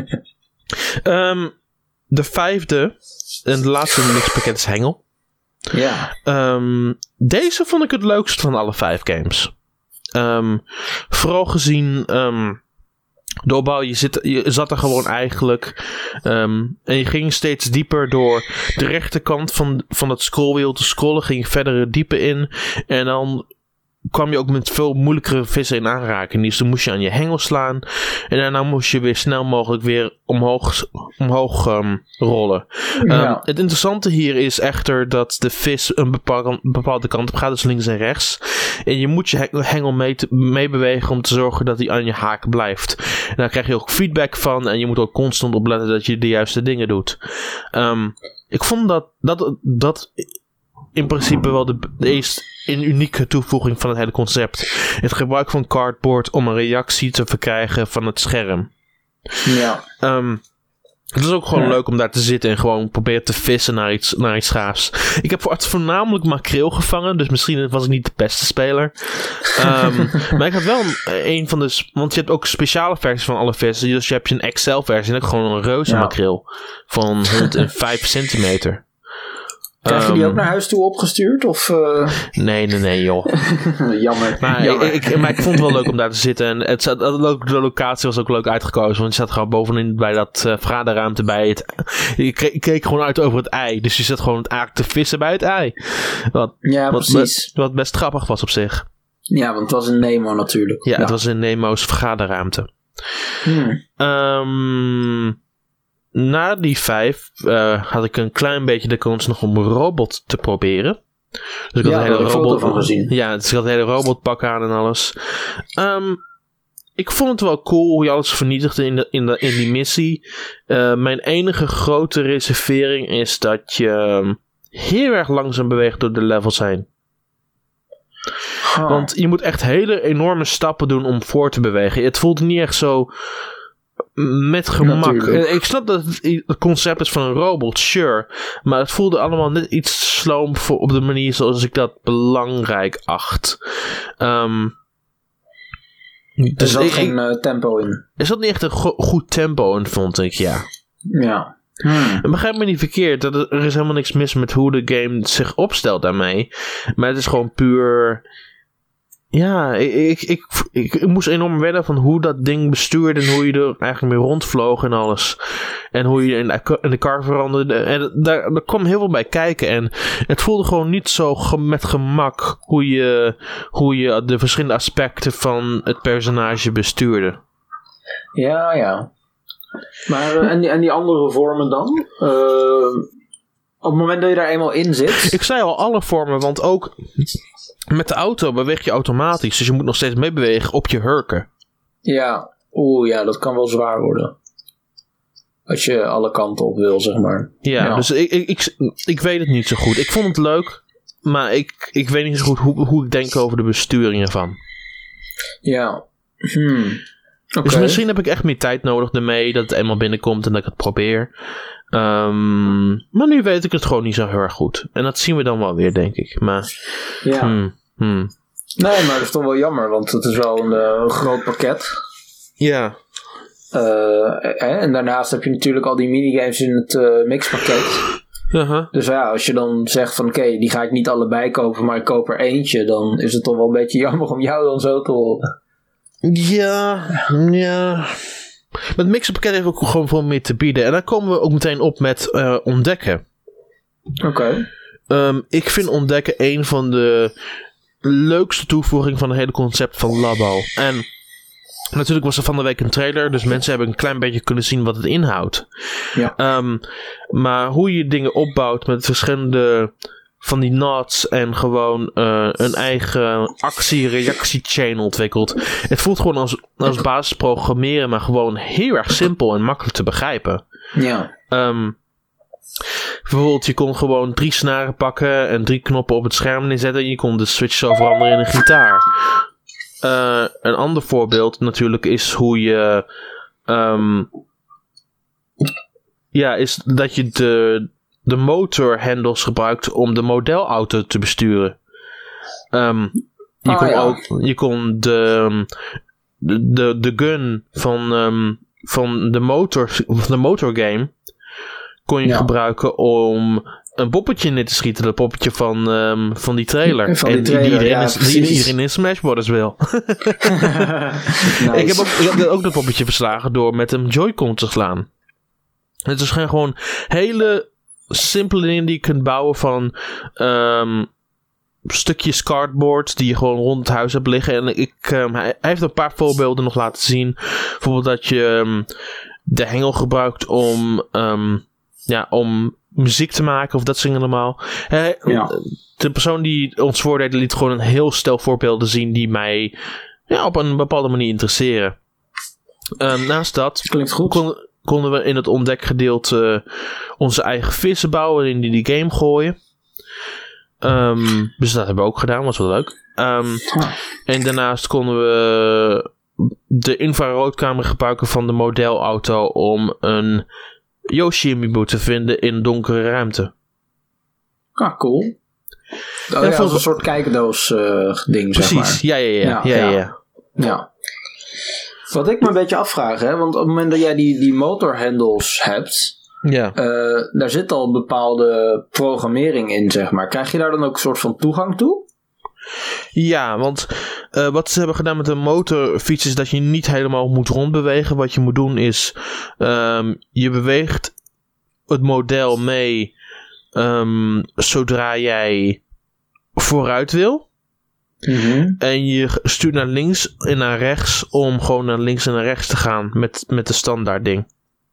A: Um, de vijfde en de laatste mixpakket is Hengel.
B: Ja.
A: Um, deze vond ik het leukst van alle vijf games. Um, vooral gezien um, de opbouw, je, zit, je zat er gewoon eigenlijk um, en je ging steeds dieper door de rechterkant van, van het scrollwheel te scrollen, ging je verder dieper in en dan kwam je ook met veel moeilijkere vissen in aanraking. Dus dan moest je aan je hengel slaan. En daarna moest je weer snel mogelijk weer omhoog, omhoog um, rollen. Ja. Um, het interessante hier is echter dat de vis een bepaalde, bepaalde kant op gaat. Dus links en rechts. En je moet je hengel mee, te, mee bewegen om te zorgen dat hij aan je haak blijft. En daar krijg je ook feedback van. En je moet ook constant opletten dat je de juiste dingen doet. Um, ik vond dat... dat, dat in principe wel de, de eerste een unieke toevoeging van het hele concept. Het gebruik van cardboard om een reactie te verkrijgen van het scherm.
B: Ja.
A: Um, Het is ook gewoon
B: ja.
A: leuk om daar te zitten en gewoon proberen te vissen naar iets, naar iets gaafs. Ik heb voor het voornamelijk makreel gevangen, dus misschien was ik niet de beste speler. Um, maar ik had wel een, een van de... Want je hebt ook speciale versies van alle vissen. Dus je hebt je een Excel-versie en ook gewoon een reuze ja. makreel van honderdvijf centimeter.
B: Krijg je die ook naar huis toe opgestuurd? Of, uh...
A: Nee, nee, nee, joh.
B: Jammer.
A: Maar,
B: Jammer.
A: Ik, ik, maar ik vond het wel leuk om daar te zitten. En het, de locatie was ook leuk uitgekozen. Want je zat gewoon bovenin bij dat uh, vergaderruimte bij het... Je keek, je keek gewoon uit over het ei. Dus je zat gewoon eigenlijk te vissen bij het ei. Wat,
B: ja,
A: wat,
B: precies.
A: Wat best grappig was op zich.
B: Ja, want het was in Nemo natuurlijk.
A: Ja,
B: ja.
A: het was in Nemo's vergaderruimte.
B: Hmm.
A: Um, na die vijf uh, had ik een klein beetje de kans nog om een robot te proberen. Dus ik had
B: ja,
A: een hele
B: daar
A: robot
B: van gezien.
A: Ja, dus ik had een hele robotpak aan en alles. Um, ik vond het wel cool hoe je alles vernietigde in, de, in, de, in die missie. Uh, mijn enige grote reservering is dat je um, heel erg langzaam beweegt door de levels heen. Oh. Want je moet echt hele enorme stappen doen om voor te bewegen. Het voelt niet echt zo met gemak. Natuurlijk. Ik snap dat het het concept is van een robot, sure. Maar het voelde allemaal net iets sloom voor op de manier zoals ik dat belangrijk acht. Um,
B: dus er zat ik, geen uh, tempo in.
A: Er zat niet echt een go- goed tempo in, vond ik, ja.
B: Ja. Hmm.
A: Begrijp me niet verkeerd. Er is helemaal niks mis met hoe de game zich opstelt daarmee. Maar het is gewoon puur... Ja, ik, ik, ik, ik, ik moest enorm wennen van hoe dat ding bestuurde en hoe je er eigenlijk mee rondvloog en alles. En hoe je in de, in de car veranderde. En daar, daar kwam heel veel bij kijken. En het voelde gewoon niet zo ge, met gemak hoe je, hoe je de verschillende aspecten van het personage bestuurde.
B: Ja, ja. Maar uh, en, die, en die andere vormen dan? Uh, op het moment dat je daar eenmaal in zit?
A: Ik zei al alle vormen, want ook met de auto beweeg je automatisch. Dus je moet nog steeds meebewegen op je hurken.
B: Ja, oeh ja, dat kan wel zwaar worden. Als je alle kanten op wil, zeg maar.
A: Ja, ja. dus ik, ik, ik, ik weet het niet zo goed. Ik vond het leuk, maar ik, ik weet niet zo goed hoe, hoe ik denk over de besturing ervan.
B: Ja, hmm. Okay.
A: Dus misschien heb ik echt meer tijd nodig ermee, dat het eenmaal binnenkomt en dat ik het probeer. Um, maar nu weet ik het gewoon niet zo heel erg goed. En dat zien we dan wel weer, denk ik. Maar,
B: ja.
A: Hmm, hmm.
B: Nee, maar dat is toch wel jammer, want het is wel een, uh, een groot pakket.
A: Ja.
B: Uh, en daarnaast heb je natuurlijk al die minigames in het uh, mixpakket.
A: Uh-huh.
B: Dus ja, als je dan zegt van oké, okay, die ga ik niet allebei kopen, maar ik koop er eentje, dan is het toch wel een beetje jammer om jou dan zo te horen.
A: Ja, ja. Maar het mixerpakket heeft ook gewoon veel meer te bieden. En dan komen we ook meteen op met uh, ontdekken.
B: Oké. Okay.
A: Um, ik vind ontdekken een van de leukste toevoegingen van het hele concept van Labo. En natuurlijk was er van de week een trailer, dus mensen hebben een klein beetje kunnen zien wat het inhoudt.
B: Ja.
A: Um, maar hoe je dingen opbouwt met verschillende van die nods en gewoon uh, een eigen actie-reactie-chain ontwikkelt. Het voelt gewoon als, als basisprogrammeren, maar gewoon heel erg simpel en makkelijk te begrijpen.
B: Ja.
A: Um, bijvoorbeeld, je kon gewoon drie snaren pakken en drie knoppen op het scherm neerzetten en je kon de switch zo veranderen in een gitaar. Uh, een ander voorbeeld natuurlijk is hoe je um, ja, is dat je de de motorhandles gebruikt om de modelauto te besturen. Um, je,
B: ah,
A: kon
B: ja.
A: ook, je kon de, de, de, de gun van, um, van de, motor, de motorgame kon je ja. gebruiken om een poppetje neer te schieten. Dat poppetje van, um, van die trailer.
B: Van die
A: en
B: trailer,
A: die, die, iedereen,
B: ja,
A: is, die iedereen in Smash Brothers wil.
B: Nice. Ik
A: heb ook, ik heb ook dat poppetje verslagen door met een Joy-Con te slaan. Het is gewoon hele simpele dingen die je kunt bouwen van um, stukjes cardboard die je gewoon rond het huis hebt liggen. En ik, um, hij, hij heeft een paar voorbeelden nog laten zien. Bijvoorbeeld dat je um, de hengel gebruikt om, um, ja, om muziek te maken of dat soort dingen allemaal. Hij,
B: ja.
A: De persoon die ons voordeed liet gewoon een heel stel voorbeelden zien die mij ja, op een bepaalde manier interesseren. Um, naast dat
B: klinkt goed.
A: Kon, konden we in het ontdekgedeelte uh, onze eigen vissen bouwen en in die, die game gooien. Um, dus dat hebben we ook gedaan, was wel leuk. Um,
B: ah.
A: En daarnaast konden we de infraroodcamera gebruiken van de modelauto om een Yoshi Amiibo te vinden in een donkere ruimte.
B: Ah, cool. Oh, ja, ja, als een soort kijkdoos uh, ding,
A: precies.
B: zeg maar.
A: Ja, ja, ja. ja, ja, ja. ja.
B: ja. Wat ik me een beetje afvraag, hè, want op het moment dat jij die, die motorhandles hebt,
A: ja.
B: uh, daar zit al een bepaalde programmering in, zeg maar. Krijg je daar dan ook een soort van toegang toe?
A: Ja, want uh, wat ze hebben gedaan met de motorfiets is dat je niet helemaal moet rondbewegen. Wat je moet doen is, um, je beweegt het model mee um, zodra jij vooruit wil.
B: Mm-hmm.
A: En je stuurt naar links en naar rechts om gewoon naar links en naar rechts te gaan met, met de standaard ding.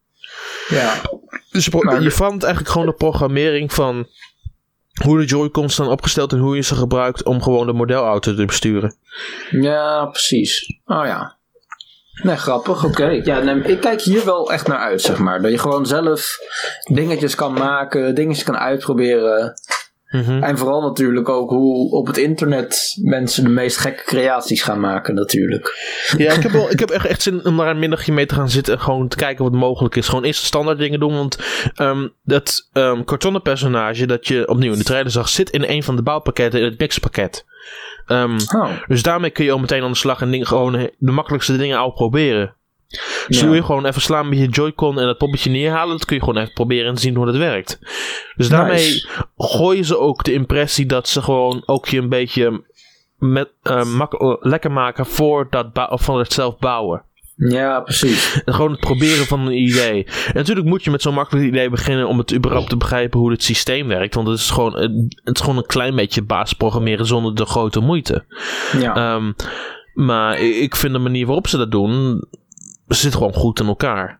B: Ja.
A: Dus je, pro- je verandert eigenlijk gewoon de programmering van hoe de Joy-Cons staan opgesteld en hoe je ze gebruikt om gewoon de modelauto te besturen.
B: Ja, precies. Oh ja. Nee, grappig. Oké. Okay. Ja, nee, ik kijk hier wel echt naar uit, zeg maar. Dat je gewoon zelf dingetjes kan maken, dingetjes kan uitproberen.
A: Mm-hmm.
B: En vooral natuurlijk ook hoe op het internet mensen de meest gekke creaties gaan maken natuurlijk.
A: Ja, ik heb, wel, ik heb echt, echt zin om daar een middagje mee te gaan zitten en gewoon te kijken wat mogelijk is. Gewoon eerst de standaard dingen doen, want um, dat um, kartonnen personage dat je opnieuw in de trailer zag, zit in een van de bouwpakketten in het mixpakket. Um,
B: oh.
A: Dus daarmee kun je al meteen aan de slag en ding, gewoon de makkelijkste dingen al proberen. Dus ja. Wil je gewoon even slaan met je Joy-Con en dat poppetje neerhalen, dat kun je gewoon even proberen en zien hoe dat werkt. Dus daarmee nice. Gooien ze ook de impressie dat ze gewoon ook je een beetje met, uh, mak- lekker maken voor dat ba- van het zelf bouwen.
B: Ja, precies.
A: En gewoon het proberen van een idee. En natuurlijk moet je met zo'n makkelijk idee beginnen om het überhaupt te begrijpen hoe het systeem werkt. Want het is gewoon, het is gewoon een klein beetje basisprogrammeren zonder de grote moeite.
B: Ja.
A: Um, maar ik vind de manier waarop ze dat doen, zit gewoon goed in elkaar.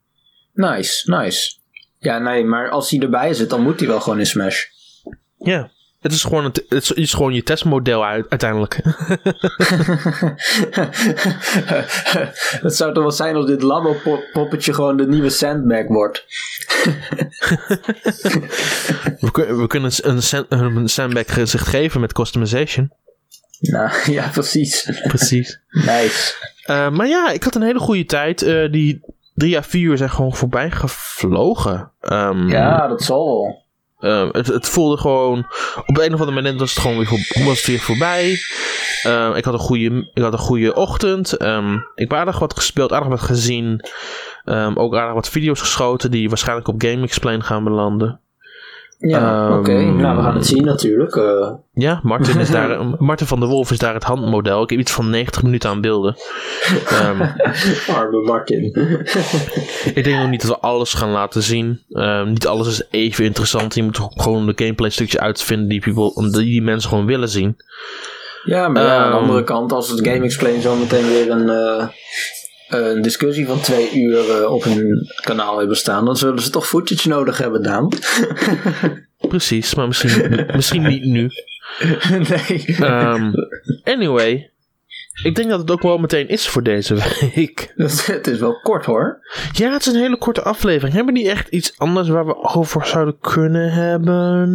B: Nice, nice. Ja, nee, maar als hij erbij zit, dan moet hij wel gewoon in Smash.
A: Ja, het is gewoon, het, het is gewoon je testmodel uit, uiteindelijk.
B: Het zou toch wel zijn als dit Lambo-poppetje gewoon de nieuwe Sandbag wordt.
A: we, kun, we kunnen een, sand, een Sandbag gezicht geven met customization.
B: Nou, ja, precies.
A: Precies.
B: Nice.
A: Uh, maar ja, ik had een hele goede tijd. Uh, die drie à vier uur zijn gewoon voorbij gevlogen. Um,
B: ja, dat zal wel.
A: Uh, het, het voelde gewoon... Op een of andere moment was het gewoon weer, voor, was het weer voorbij. Uh, ik, had een goede, ik had een goede ochtend. Um, ik heb aardig wat gespeeld, aardig wat gezien. Um, ook aardig wat video's geschoten die waarschijnlijk op Game Explain gaan belanden.
B: Ja, um, oké. Okay. Nou, we gaan het zien natuurlijk. Uh.
A: Ja, Martin, is daar, Martin van der Wolf is daar het handmodel. Ik heb iets van negentig minuten aan beelden. Um,
B: Arme Martin.
A: Ik denk nog niet dat we alles gaan laten zien. Um, niet alles is even interessant. Je moet gewoon de gameplay stukje uitvinden die, people, die, die mensen gewoon willen zien.
B: Ja, maar um, ja, aan de andere kant, als het Game Explain zo meteen weer een... Uh, een discussie van twee uur uh, op hun kanaal hebben staan, dan zullen ze toch footage nodig hebben, Daan.
A: Precies, maar misschien, misschien niet nu.
B: Nee.
A: Um, anyway, ik denk dat het ook wel meteen is voor deze week.
B: Het is wel kort, hoor.
A: Ja, het is een hele korte aflevering. Hebben we niet echt iets anders waar we over zouden kunnen hebben?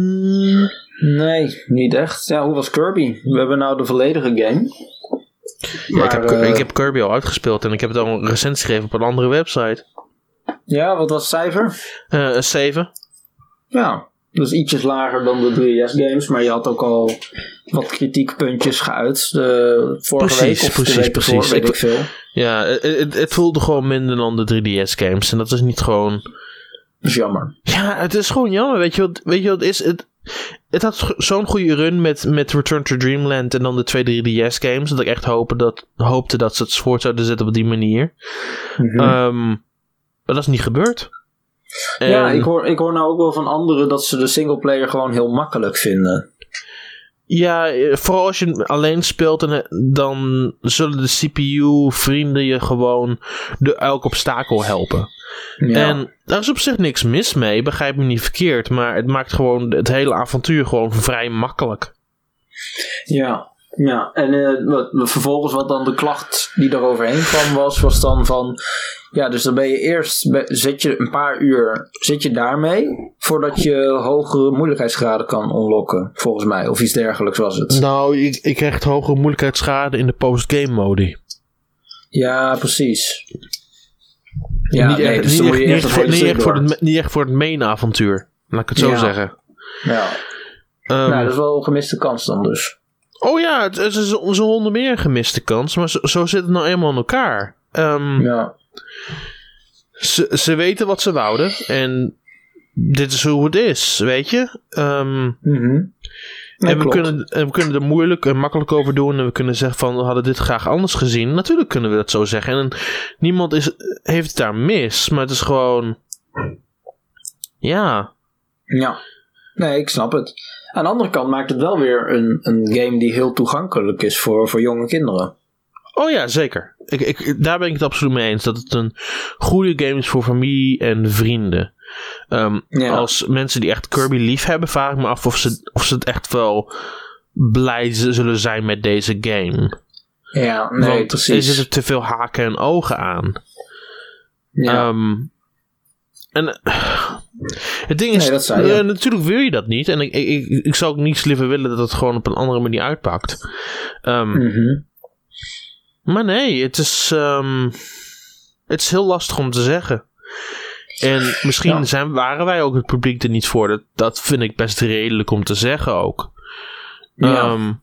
B: Nee, niet echt. Ja, hoe was Kirby? We hebben nou de volledige game.
A: Ja, maar, ik, heb, uh, ik heb Kirby al uitgespeeld en ik heb het al een recensie gegeven op een andere website.
B: Ja, wat was het cijfer?
A: Uh, een zeven.
B: Ja, dus ietsjes lager dan de drie D S games, maar je had ook al wat kritiekpuntjes geuit de vorige
A: precies,
B: week of
A: precies,
B: de week
A: precies.
B: ervoor, weet
A: ik,
B: ik veel.
A: Ja, het, het, het voelde gewoon minder dan de drie D S games en dat is niet gewoon...
B: Dat is jammer.
A: Ja, het is gewoon jammer, weet je wat, weet je wat het is? Het... Het had zo'n goede run met, met Return to Dreamland en dan de twee drie D S games. Dat ik echt hoopte dat, hoopte dat ze het voort zouden zetten op die manier.
B: Mm-hmm.
A: Um, maar dat is niet gebeurd. En...
B: Ja, ik hoor, ik hoor nou ook wel van anderen dat ze de singleplayer gewoon heel makkelijk vinden.
A: Ja, vooral als je alleen speelt, en dan zullen de C P U-vrienden je gewoon de elk obstakel helpen. Ja. En daar is op zich niks mis mee, begrijp me niet verkeerd, maar het maakt gewoon het hele avontuur gewoon vrij makkelijk.
B: Ja, ja. En uh, wat, vervolgens wat dan de klacht die er overheen kwam was, was dan van, ja, dus dan ben je eerst, be, zit je een paar uur, zit je daarmee, voordat je hogere moeilijkheidsgraden kan unlocken, volgens mij, of iets dergelijks was het.
A: Nou, ik, ik krijg hogere moeilijkheidsgraden in de post-game mode.
B: Ja, precies. Ja,
A: niet,
B: nee,
A: echt,
B: dus
A: niet,
B: niet,
A: echt,
B: echt,
A: niet, echt voor het, niet echt voor het main avontuur. Laat ik het zo
B: ja.
A: zeggen.
B: Ja. Um, nou, dat is wel een gemiste kans dan dus.
A: Oh ja, het, het is onze honderd meer een gemiste kans. Maar zo, zo zit het nou eenmaal in elkaar. Um, ja. Ze, ze weten wat ze wouden. En dit is hoe het is, weet je. Um,
B: mm-hmm. Nee,
A: en, we kunnen, en we kunnen er moeilijk en makkelijk over doen. En we kunnen zeggen van, we hadden dit graag anders gezien. Natuurlijk kunnen we dat zo zeggen. En niemand is, heeft het daar mis. Maar het is gewoon... Ja.
B: Ja. Nee, ik snap het. Aan de andere kant maakt het wel weer een, een game die heel toegankelijk is voor, voor jonge kinderen.
A: Oh ja, zeker. Ik, ik, daar ben ik het absoluut mee eens. Dat het een goede game is voor familie en vrienden. Um, ja. Als mensen die echt Kirby lief hebben, vraag ik me af of ze, of ze het echt wel blij zullen zijn met deze game.
B: Ja, nee,
A: Want
B: precies.
A: er zitten te veel haken en ogen aan. Ja. Um, en uh, het ding is, nee, dat zei, ja. uh, natuurlijk wil je dat niet. En ik, ik, ik zou ook niets liever willen dat het gewoon op een andere manier uitpakt. Um,
B: mm-hmm.
A: Maar nee, het is, um, het is heel lastig om te zeggen. En misschien ja. zijn, waren wij ook het publiek er niet voor. Dat, dat vind ik best redelijk om te zeggen ook. Ja. Um,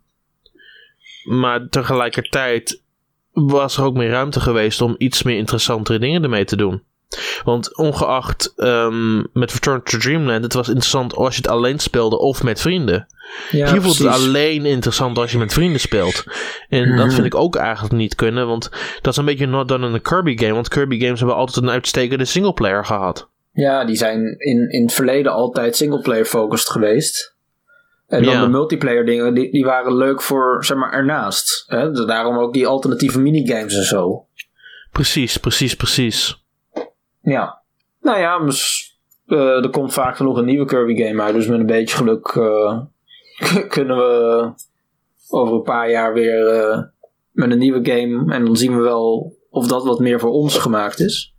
A: maar tegelijkertijd was er ook meer ruimte geweest om iets meer interessantere dingen ermee te doen. Want ongeacht um, met Return to Dreamland, het was interessant als je het alleen speelde of met vrienden. Ja, hier voelt het alleen interessant als je met vrienden speelt. En mm-hmm. dat vind ik ook eigenlijk niet kunnen, want dat is een beetje not done in een Kirby game. Want Kirby games hebben altijd een uitstekende singleplayer gehad.
B: Ja, die zijn in, in het verleden altijd singleplayer focused geweest. En dan ja. de multiplayer dingen, die, die waren leuk voor, zeg maar, ernaast. Hè? Dus daarom ook die alternatieve minigames en zo.
A: Precies, precies, precies.
B: Ja. Nou ja, dus, uh, er komt vaak genoeg een nieuwe Kirby game uit. Dus met een beetje geluk uh, k- kunnen we over een paar jaar weer uh, met een nieuwe game. En dan zien we wel of dat wat meer voor ons gemaakt is.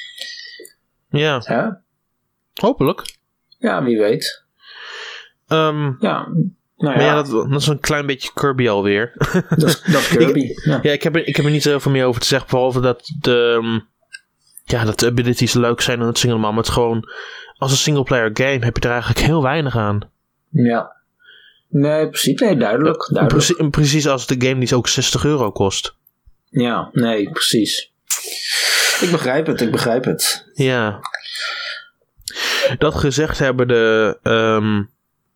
A: Ja.
B: ja?
A: Hopelijk.
B: Ja, wie weet.
A: Um,
B: ja. Nou
A: maar
B: ja,
A: ja dat, dat is een klein beetje Kirby alweer.
B: dat, is, dat is Kirby.
A: ik,
B: ja,
A: ja ik, heb er, ik heb er niet zo heel veel meer over te zeggen. Behalve dat de... Um, Ja, dat de abilities leuk zijn en het single maar het gewoon... Als een singleplayer game heb je er eigenlijk heel weinig aan.
B: Ja. Nee, precies. Nee, duidelijk. duidelijk.
A: Precies, precies als de game die ook zestig euro kost.
B: Ja, nee, precies. Ik begrijp het, ik begrijp het.
A: Ja. Dat gezegd hebben de... Um,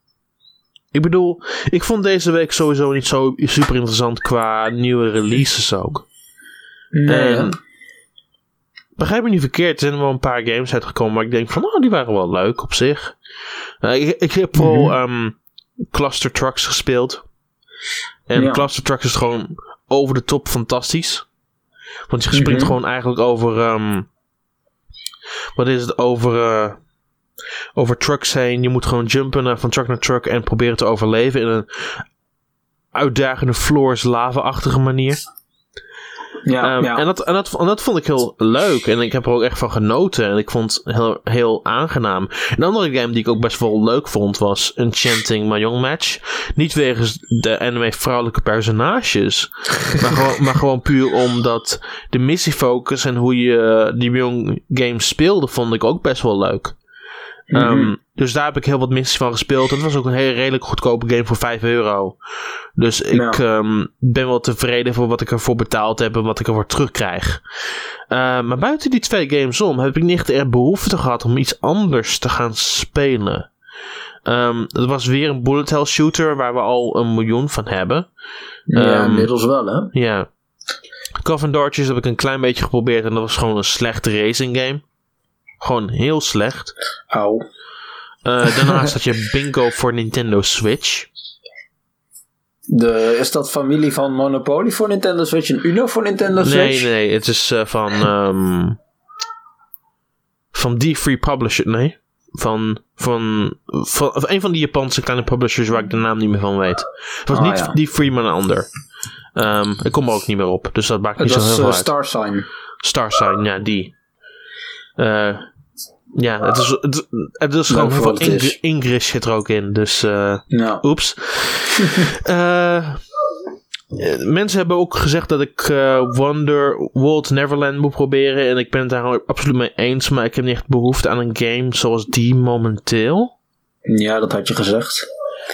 A: ik bedoel, ik vond deze week sowieso niet zo super interessant qua nieuwe releases ook.
B: Nee,
A: en, begrijp me niet verkeerd, er zijn wel een paar games uitgekomen, maar ik denk van, oh, die waren wel leuk op zich. Uh, ik, ik heb vooral mm-hmm. um, Cluster Trucks gespeeld. En ja. Cluster Trucks is gewoon over de top fantastisch. Want je springt mm-hmm. gewoon eigenlijk over... Um, wat is het? Over... Uh, over trucks heen. Je moet gewoon jumpen uh, van truck naar truck en proberen te overleven in een uitdagende floors lava-achtige manier.
B: Ja,
A: um,
B: ja.
A: En, dat, en, dat, en dat vond ik heel leuk. En ik heb er ook echt van genoten. En ik vond het heel, heel aangenaam. Een andere game die ik ook best wel leuk vond was Enchanting Mahjong Match. Niet wegens de anime vrouwelijke personages. maar, gewoon, maar gewoon puur omdat de missiefocus en hoe je die Mahjong game speelde vond ik ook best wel leuk. Mm-hmm. Um, dus daar heb ik heel wat missies van gespeeld. Het was ook een hele redelijk goedkope game voor vijf euro. Dus ik ja. um, ben wel tevreden voor wat ik ervoor betaald heb en wat ik ervoor terugkrijg. Uh, maar buiten die twee games om heb ik niet echt behoefte gehad om iets anders te gaan spelen. Um, het was weer een bullet hell shooter waar we al een miljoen van hebben.
B: Ja,
A: um,
B: inmiddels wel, hè?
A: Ja. Coven Dodgers heb ik een klein beetje geprobeerd en dat was gewoon een slechte racing game. Gewoon heel slecht.
B: Auw.
A: Uh, daarnaast had je Bingo voor Nintendo Switch.
B: De, is dat familie van Monopoly voor Nintendo Switch en Uno voor Nintendo Switch?
A: Nee, nee. Het is uh, van... Um, van die free publisher. Nee. Van, van, van... Of een van die Japanse kleine publishers waar ik de naam niet meer van weet. Het was oh, niet ja. die free, maar een ander. Um, ik kom er ook niet meer op. Dus dat maakt niet
B: het
A: zo heel
B: veel
A: uh,
B: uit. Star Sign.
A: Star Sign, ja, die. Uh, ja, het is, het, het is gewoon heel veel Eng- English zit er ook in. Dus, uh,
B: no.
A: oeps. uh, mensen hebben ook gezegd dat ik uh, Wonder World Neverland moet proberen. En ik ben het daar absoluut mee eens. Maar ik heb niet echt behoefte aan een game zoals die momenteel.
B: Ja, dat had je gezegd.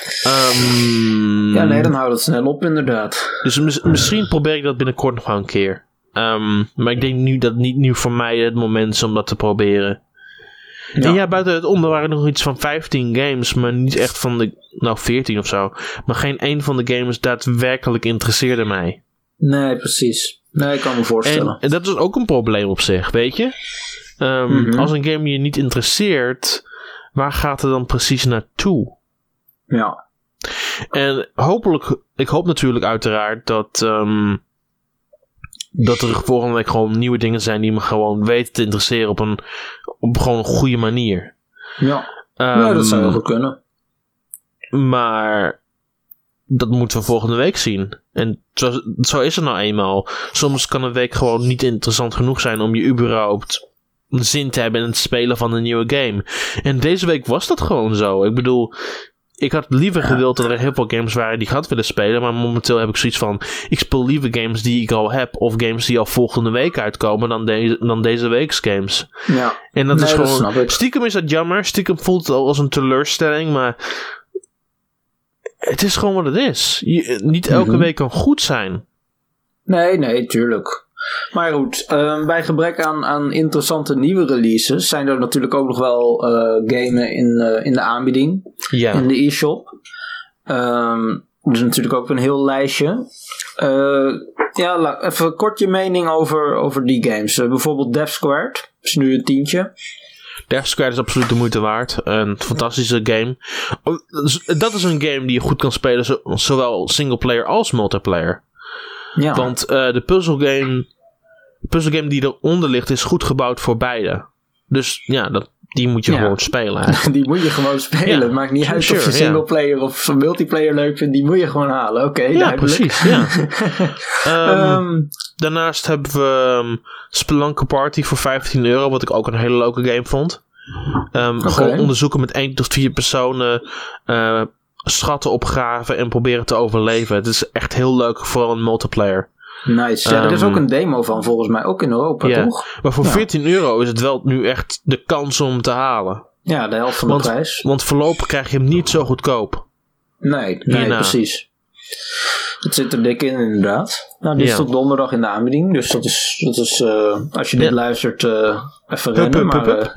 A: Um,
B: ja, nee, dan houdt het snel op inderdaad.
A: Dus mis- misschien probeer ik dat binnenkort nog wel een keer. Um, maar ik denk nu dat het niet nu voor mij het moment is om dat te proberen. Ja. En ja, buiten het om, er waren nog iets van vijftien games, maar niet echt van de, nou veertien of zo. Maar geen één van de games daadwerkelijk interesseerde mij.
B: Nee, precies. Nee, ik kan me voorstellen.
A: En, en dat is ook een probleem op zich, weet je. Um, mm-hmm. Als een game je niet interesseert, waar gaat het dan precies naartoe?
B: Ja.
A: En hopelijk, ik hoop natuurlijk uiteraard dat... Um, dat er volgende week gewoon nieuwe dingen zijn die me gewoon weten te interesseren op een, op gewoon een goede manier.
B: Ja, um, ja dat zou heel goed kunnen.
A: Maar dat moeten we volgende week zien. En zo, zo is het nou eenmaal. Soms kan een week gewoon niet interessant genoeg zijn om je überhaupt zin te hebben in het spelen van een nieuwe game. En deze week was dat gewoon zo. Ik bedoel... Ik had liever ja. gewild dat er heel veel games waren die ik had willen spelen. Maar momenteel heb ik zoiets van... Ik speel liever games die ik al heb. Of games die al volgende week uitkomen. Dan, de, dan deze week's games.
B: Ja.
A: En dat
B: nee,
A: is gewoon...
B: Dat
A: stiekem is dat jammer. Stiekem voelt het al als een teleurstelling. Maar... Het is gewoon wat het is. Je, niet elke mm-hmm. week kan goed zijn.
B: Nee, nee, tuurlijk. Maar goed, uh, bij gebrek aan, aan interessante nieuwe releases zijn er natuurlijk ook nog wel uh, gamen in, uh, in de aanbieding.
A: Ja.
B: In de e-shop. Um, dus natuurlijk ook een heel lijstje. Uh, ja, la, even kort je mening over, over die games. Uh, bijvoorbeeld Death Squared. Is nu een tientje.
A: Death Squared is absoluut de moeite waard. Een fantastische game. Dat is een game die je goed kan spelen. Zo, zowel singleplayer als multiplayer. Ja. Want uh, de puzzelgame, de puzzelgame die eronder ligt is goed gebouwd voor beide. Dus ja, dat, die moet je ja. gewoon spelen.
B: Die moet je gewoon spelen. Het ja. maakt niet uit sure, of je singleplayer ja. of multiplayer leuk vindt. Die moet je gewoon halen. Oké, okay,
A: ja,
B: duidelijk.
A: Precies, ja. um, um, daarnaast hebben we um, Spelunky Party voor vijftien euro. Wat ik ook een hele leuke game vond. Um, okay. Gewoon onderzoeken met één tot vier personen... Uh, schatten opgraven en proberen te overleven. Het is echt heel leuk voor een multiplayer.
B: Nice. Ja, um, er is ook een demo van volgens mij, ook in Europa, yeah. toch?
A: Maar voor
B: ja.
A: veertien euro is het wel nu echt de kans om te halen.
B: Ja, de helft van de
A: want,
B: prijs.
A: Want voorlopig krijg je hem niet zo goedkoop.
B: Nee, nee precies. Het zit er dik in, inderdaad. Nou, dit is ja. tot donderdag in de aanbieding. Dus dat is, dat is uh, als je dit ja. luistert, uh, even hup, rennen. Hup, maar,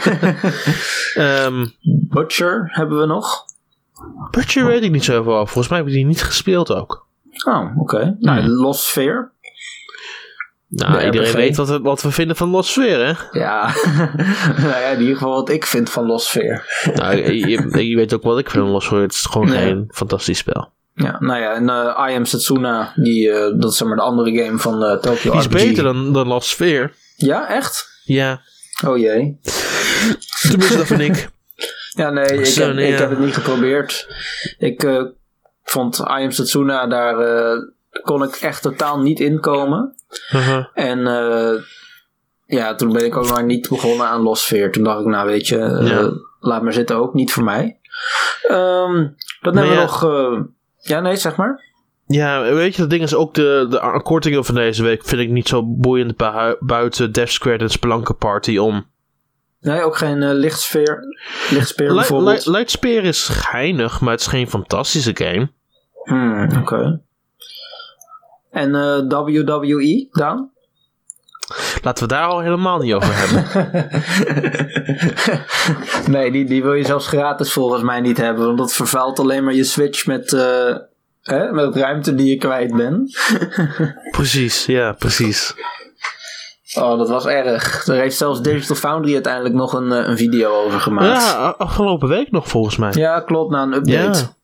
B: uh, um, Butcher hebben we nog.
A: Butcher weet ik niet zo over. Volgens mij heb ik die niet gespeeld ook.
B: Oh, oké. Okay. Nou, hmm. Lost Sphere.
A: Nou, de iedereen R P G. Weet wat we, wat we vinden van Lost Sphere, hè? Ja.
B: Nou ja, in ieder geval wat ik vind van Lost Sphere.
A: Nou, je, je weet ook wat ik vind van Lost Sphere. Het is gewoon nee. geen fantastisch spel.
B: Ja, nou ja, en uh, I Am Setsuna, die, uh, dat is zeg maar de andere game van uh, Tokyo
A: die
B: R P G.
A: Die is beter dan, dan Lost Sphere.
B: Ja, echt?
A: Ja.
B: Oh jee.
A: Tenminste, dat vind ik.
B: Ja, nee, ik, Zo, heb, nee, ik ja. heb het niet geprobeerd. Ik uh, vond I Am Setsuna, daar uh, kon ik echt totaal niet inkomen. Uh-huh. En uh, ja, toen ben ik ook maar niet begonnen aan Lost Sphere. Toen dacht ik, nou weet je, uh, ja. laat maar zitten ook, niet voor mij. Um, dan hebben we ja. nog... Uh, ja, nee, zeg maar.
A: Ja, weet je, dat ding is ook de, de kortingen van deze week vind ik niet zo boeiend bu- buiten Death Squared en Spelunky Party om.
B: Nee, ook geen uh, lichtspeer, lichtspeer bijvoorbeeld.
A: Light, Lightspeer is geinig, maar het is geen fantastische game.
B: Hmm, oké. Okay. En uh, W W E, Daan?
A: Laten we daar al helemaal niet over hebben.
B: Nee, die, die wil je zelfs gratis volgens mij niet hebben. Want dat vervuilt alleen maar je Switch met, uh, hè, met ruimte die je kwijt bent.
A: Precies, ja, precies.
B: Oh, dat was erg. Daar heeft zelfs Digital Foundry uiteindelijk nog een, een video over gemaakt.
A: Ja, afgelopen week nog volgens mij.
B: Ja, klopt, na een update. Ja,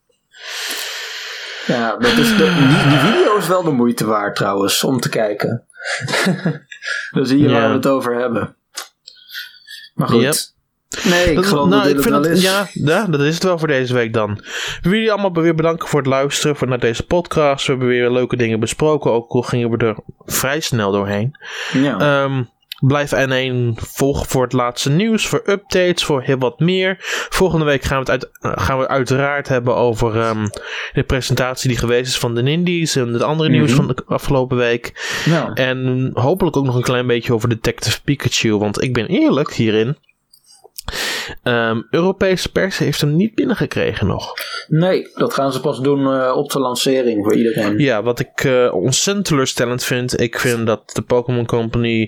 B: ja dat is de, die, die video is wel de moeite waard trouwens, om te kijken. Dan zie je ja. waar we het over hebben. Maar goed. Yep. Nee, ik dat, geloof nou, dat dit ik vind het wel
A: het,
B: is.
A: Ja, ja, dat is het wel voor deze week dan. We willen jullie allemaal weer bedanken voor het luisteren voor naar deze podcast. We hebben weer leuke dingen besproken. Ook al gingen we er vrij snel doorheen.
B: Ja.
A: Um, Blijf N één volgen voor het laatste nieuws, voor updates, voor heel wat meer. Volgende week gaan we het, uit, gaan we uiteraard hebben over um, de presentatie die geweest is van de Indies en het andere mm-hmm. nieuws van de afgelopen week. Ja. En hopelijk ook nog een klein beetje over Detective Pikachu, want ik ben eerlijk hierin. Um, Europese pers heeft hem niet binnengekregen nog.
B: Nee, dat gaan ze pas doen uh, op de lancering voor iedereen.
A: Ja, wat ik uh, ontzettend teleurstellend vind. Ik vind dat de Pokémon Company...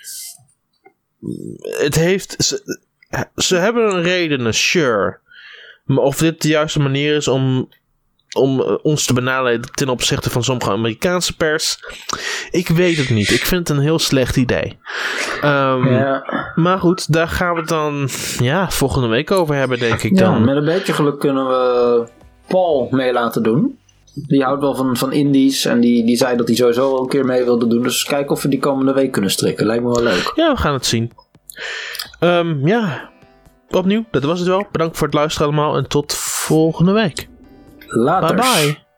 A: Het heeft... Ze, ze hebben een reden, sure. Maar of dit de juiste manier is om... om uh, ons te benadelen ten opzichte van sommige Amerikaanse pers. Ik weet het niet. Ik vind het een heel slecht idee. Um, ja. Maar goed, daar gaan we het dan ja, volgende week over hebben, denk ik
B: ja,
A: dan.
B: Met een beetje geluk kunnen we Paul mee laten doen. Die houdt wel van, van indies en die, die zei dat hij sowieso een keer mee wilde doen. Dus kijken of we die komende week kunnen strikken. Lijkt me wel leuk.
A: Ja, we gaan het zien. Um, ja, opnieuw, dat was het wel. Bedankt voor het luisteren allemaal en tot volgende week.
B: Later.
A: Bye bye.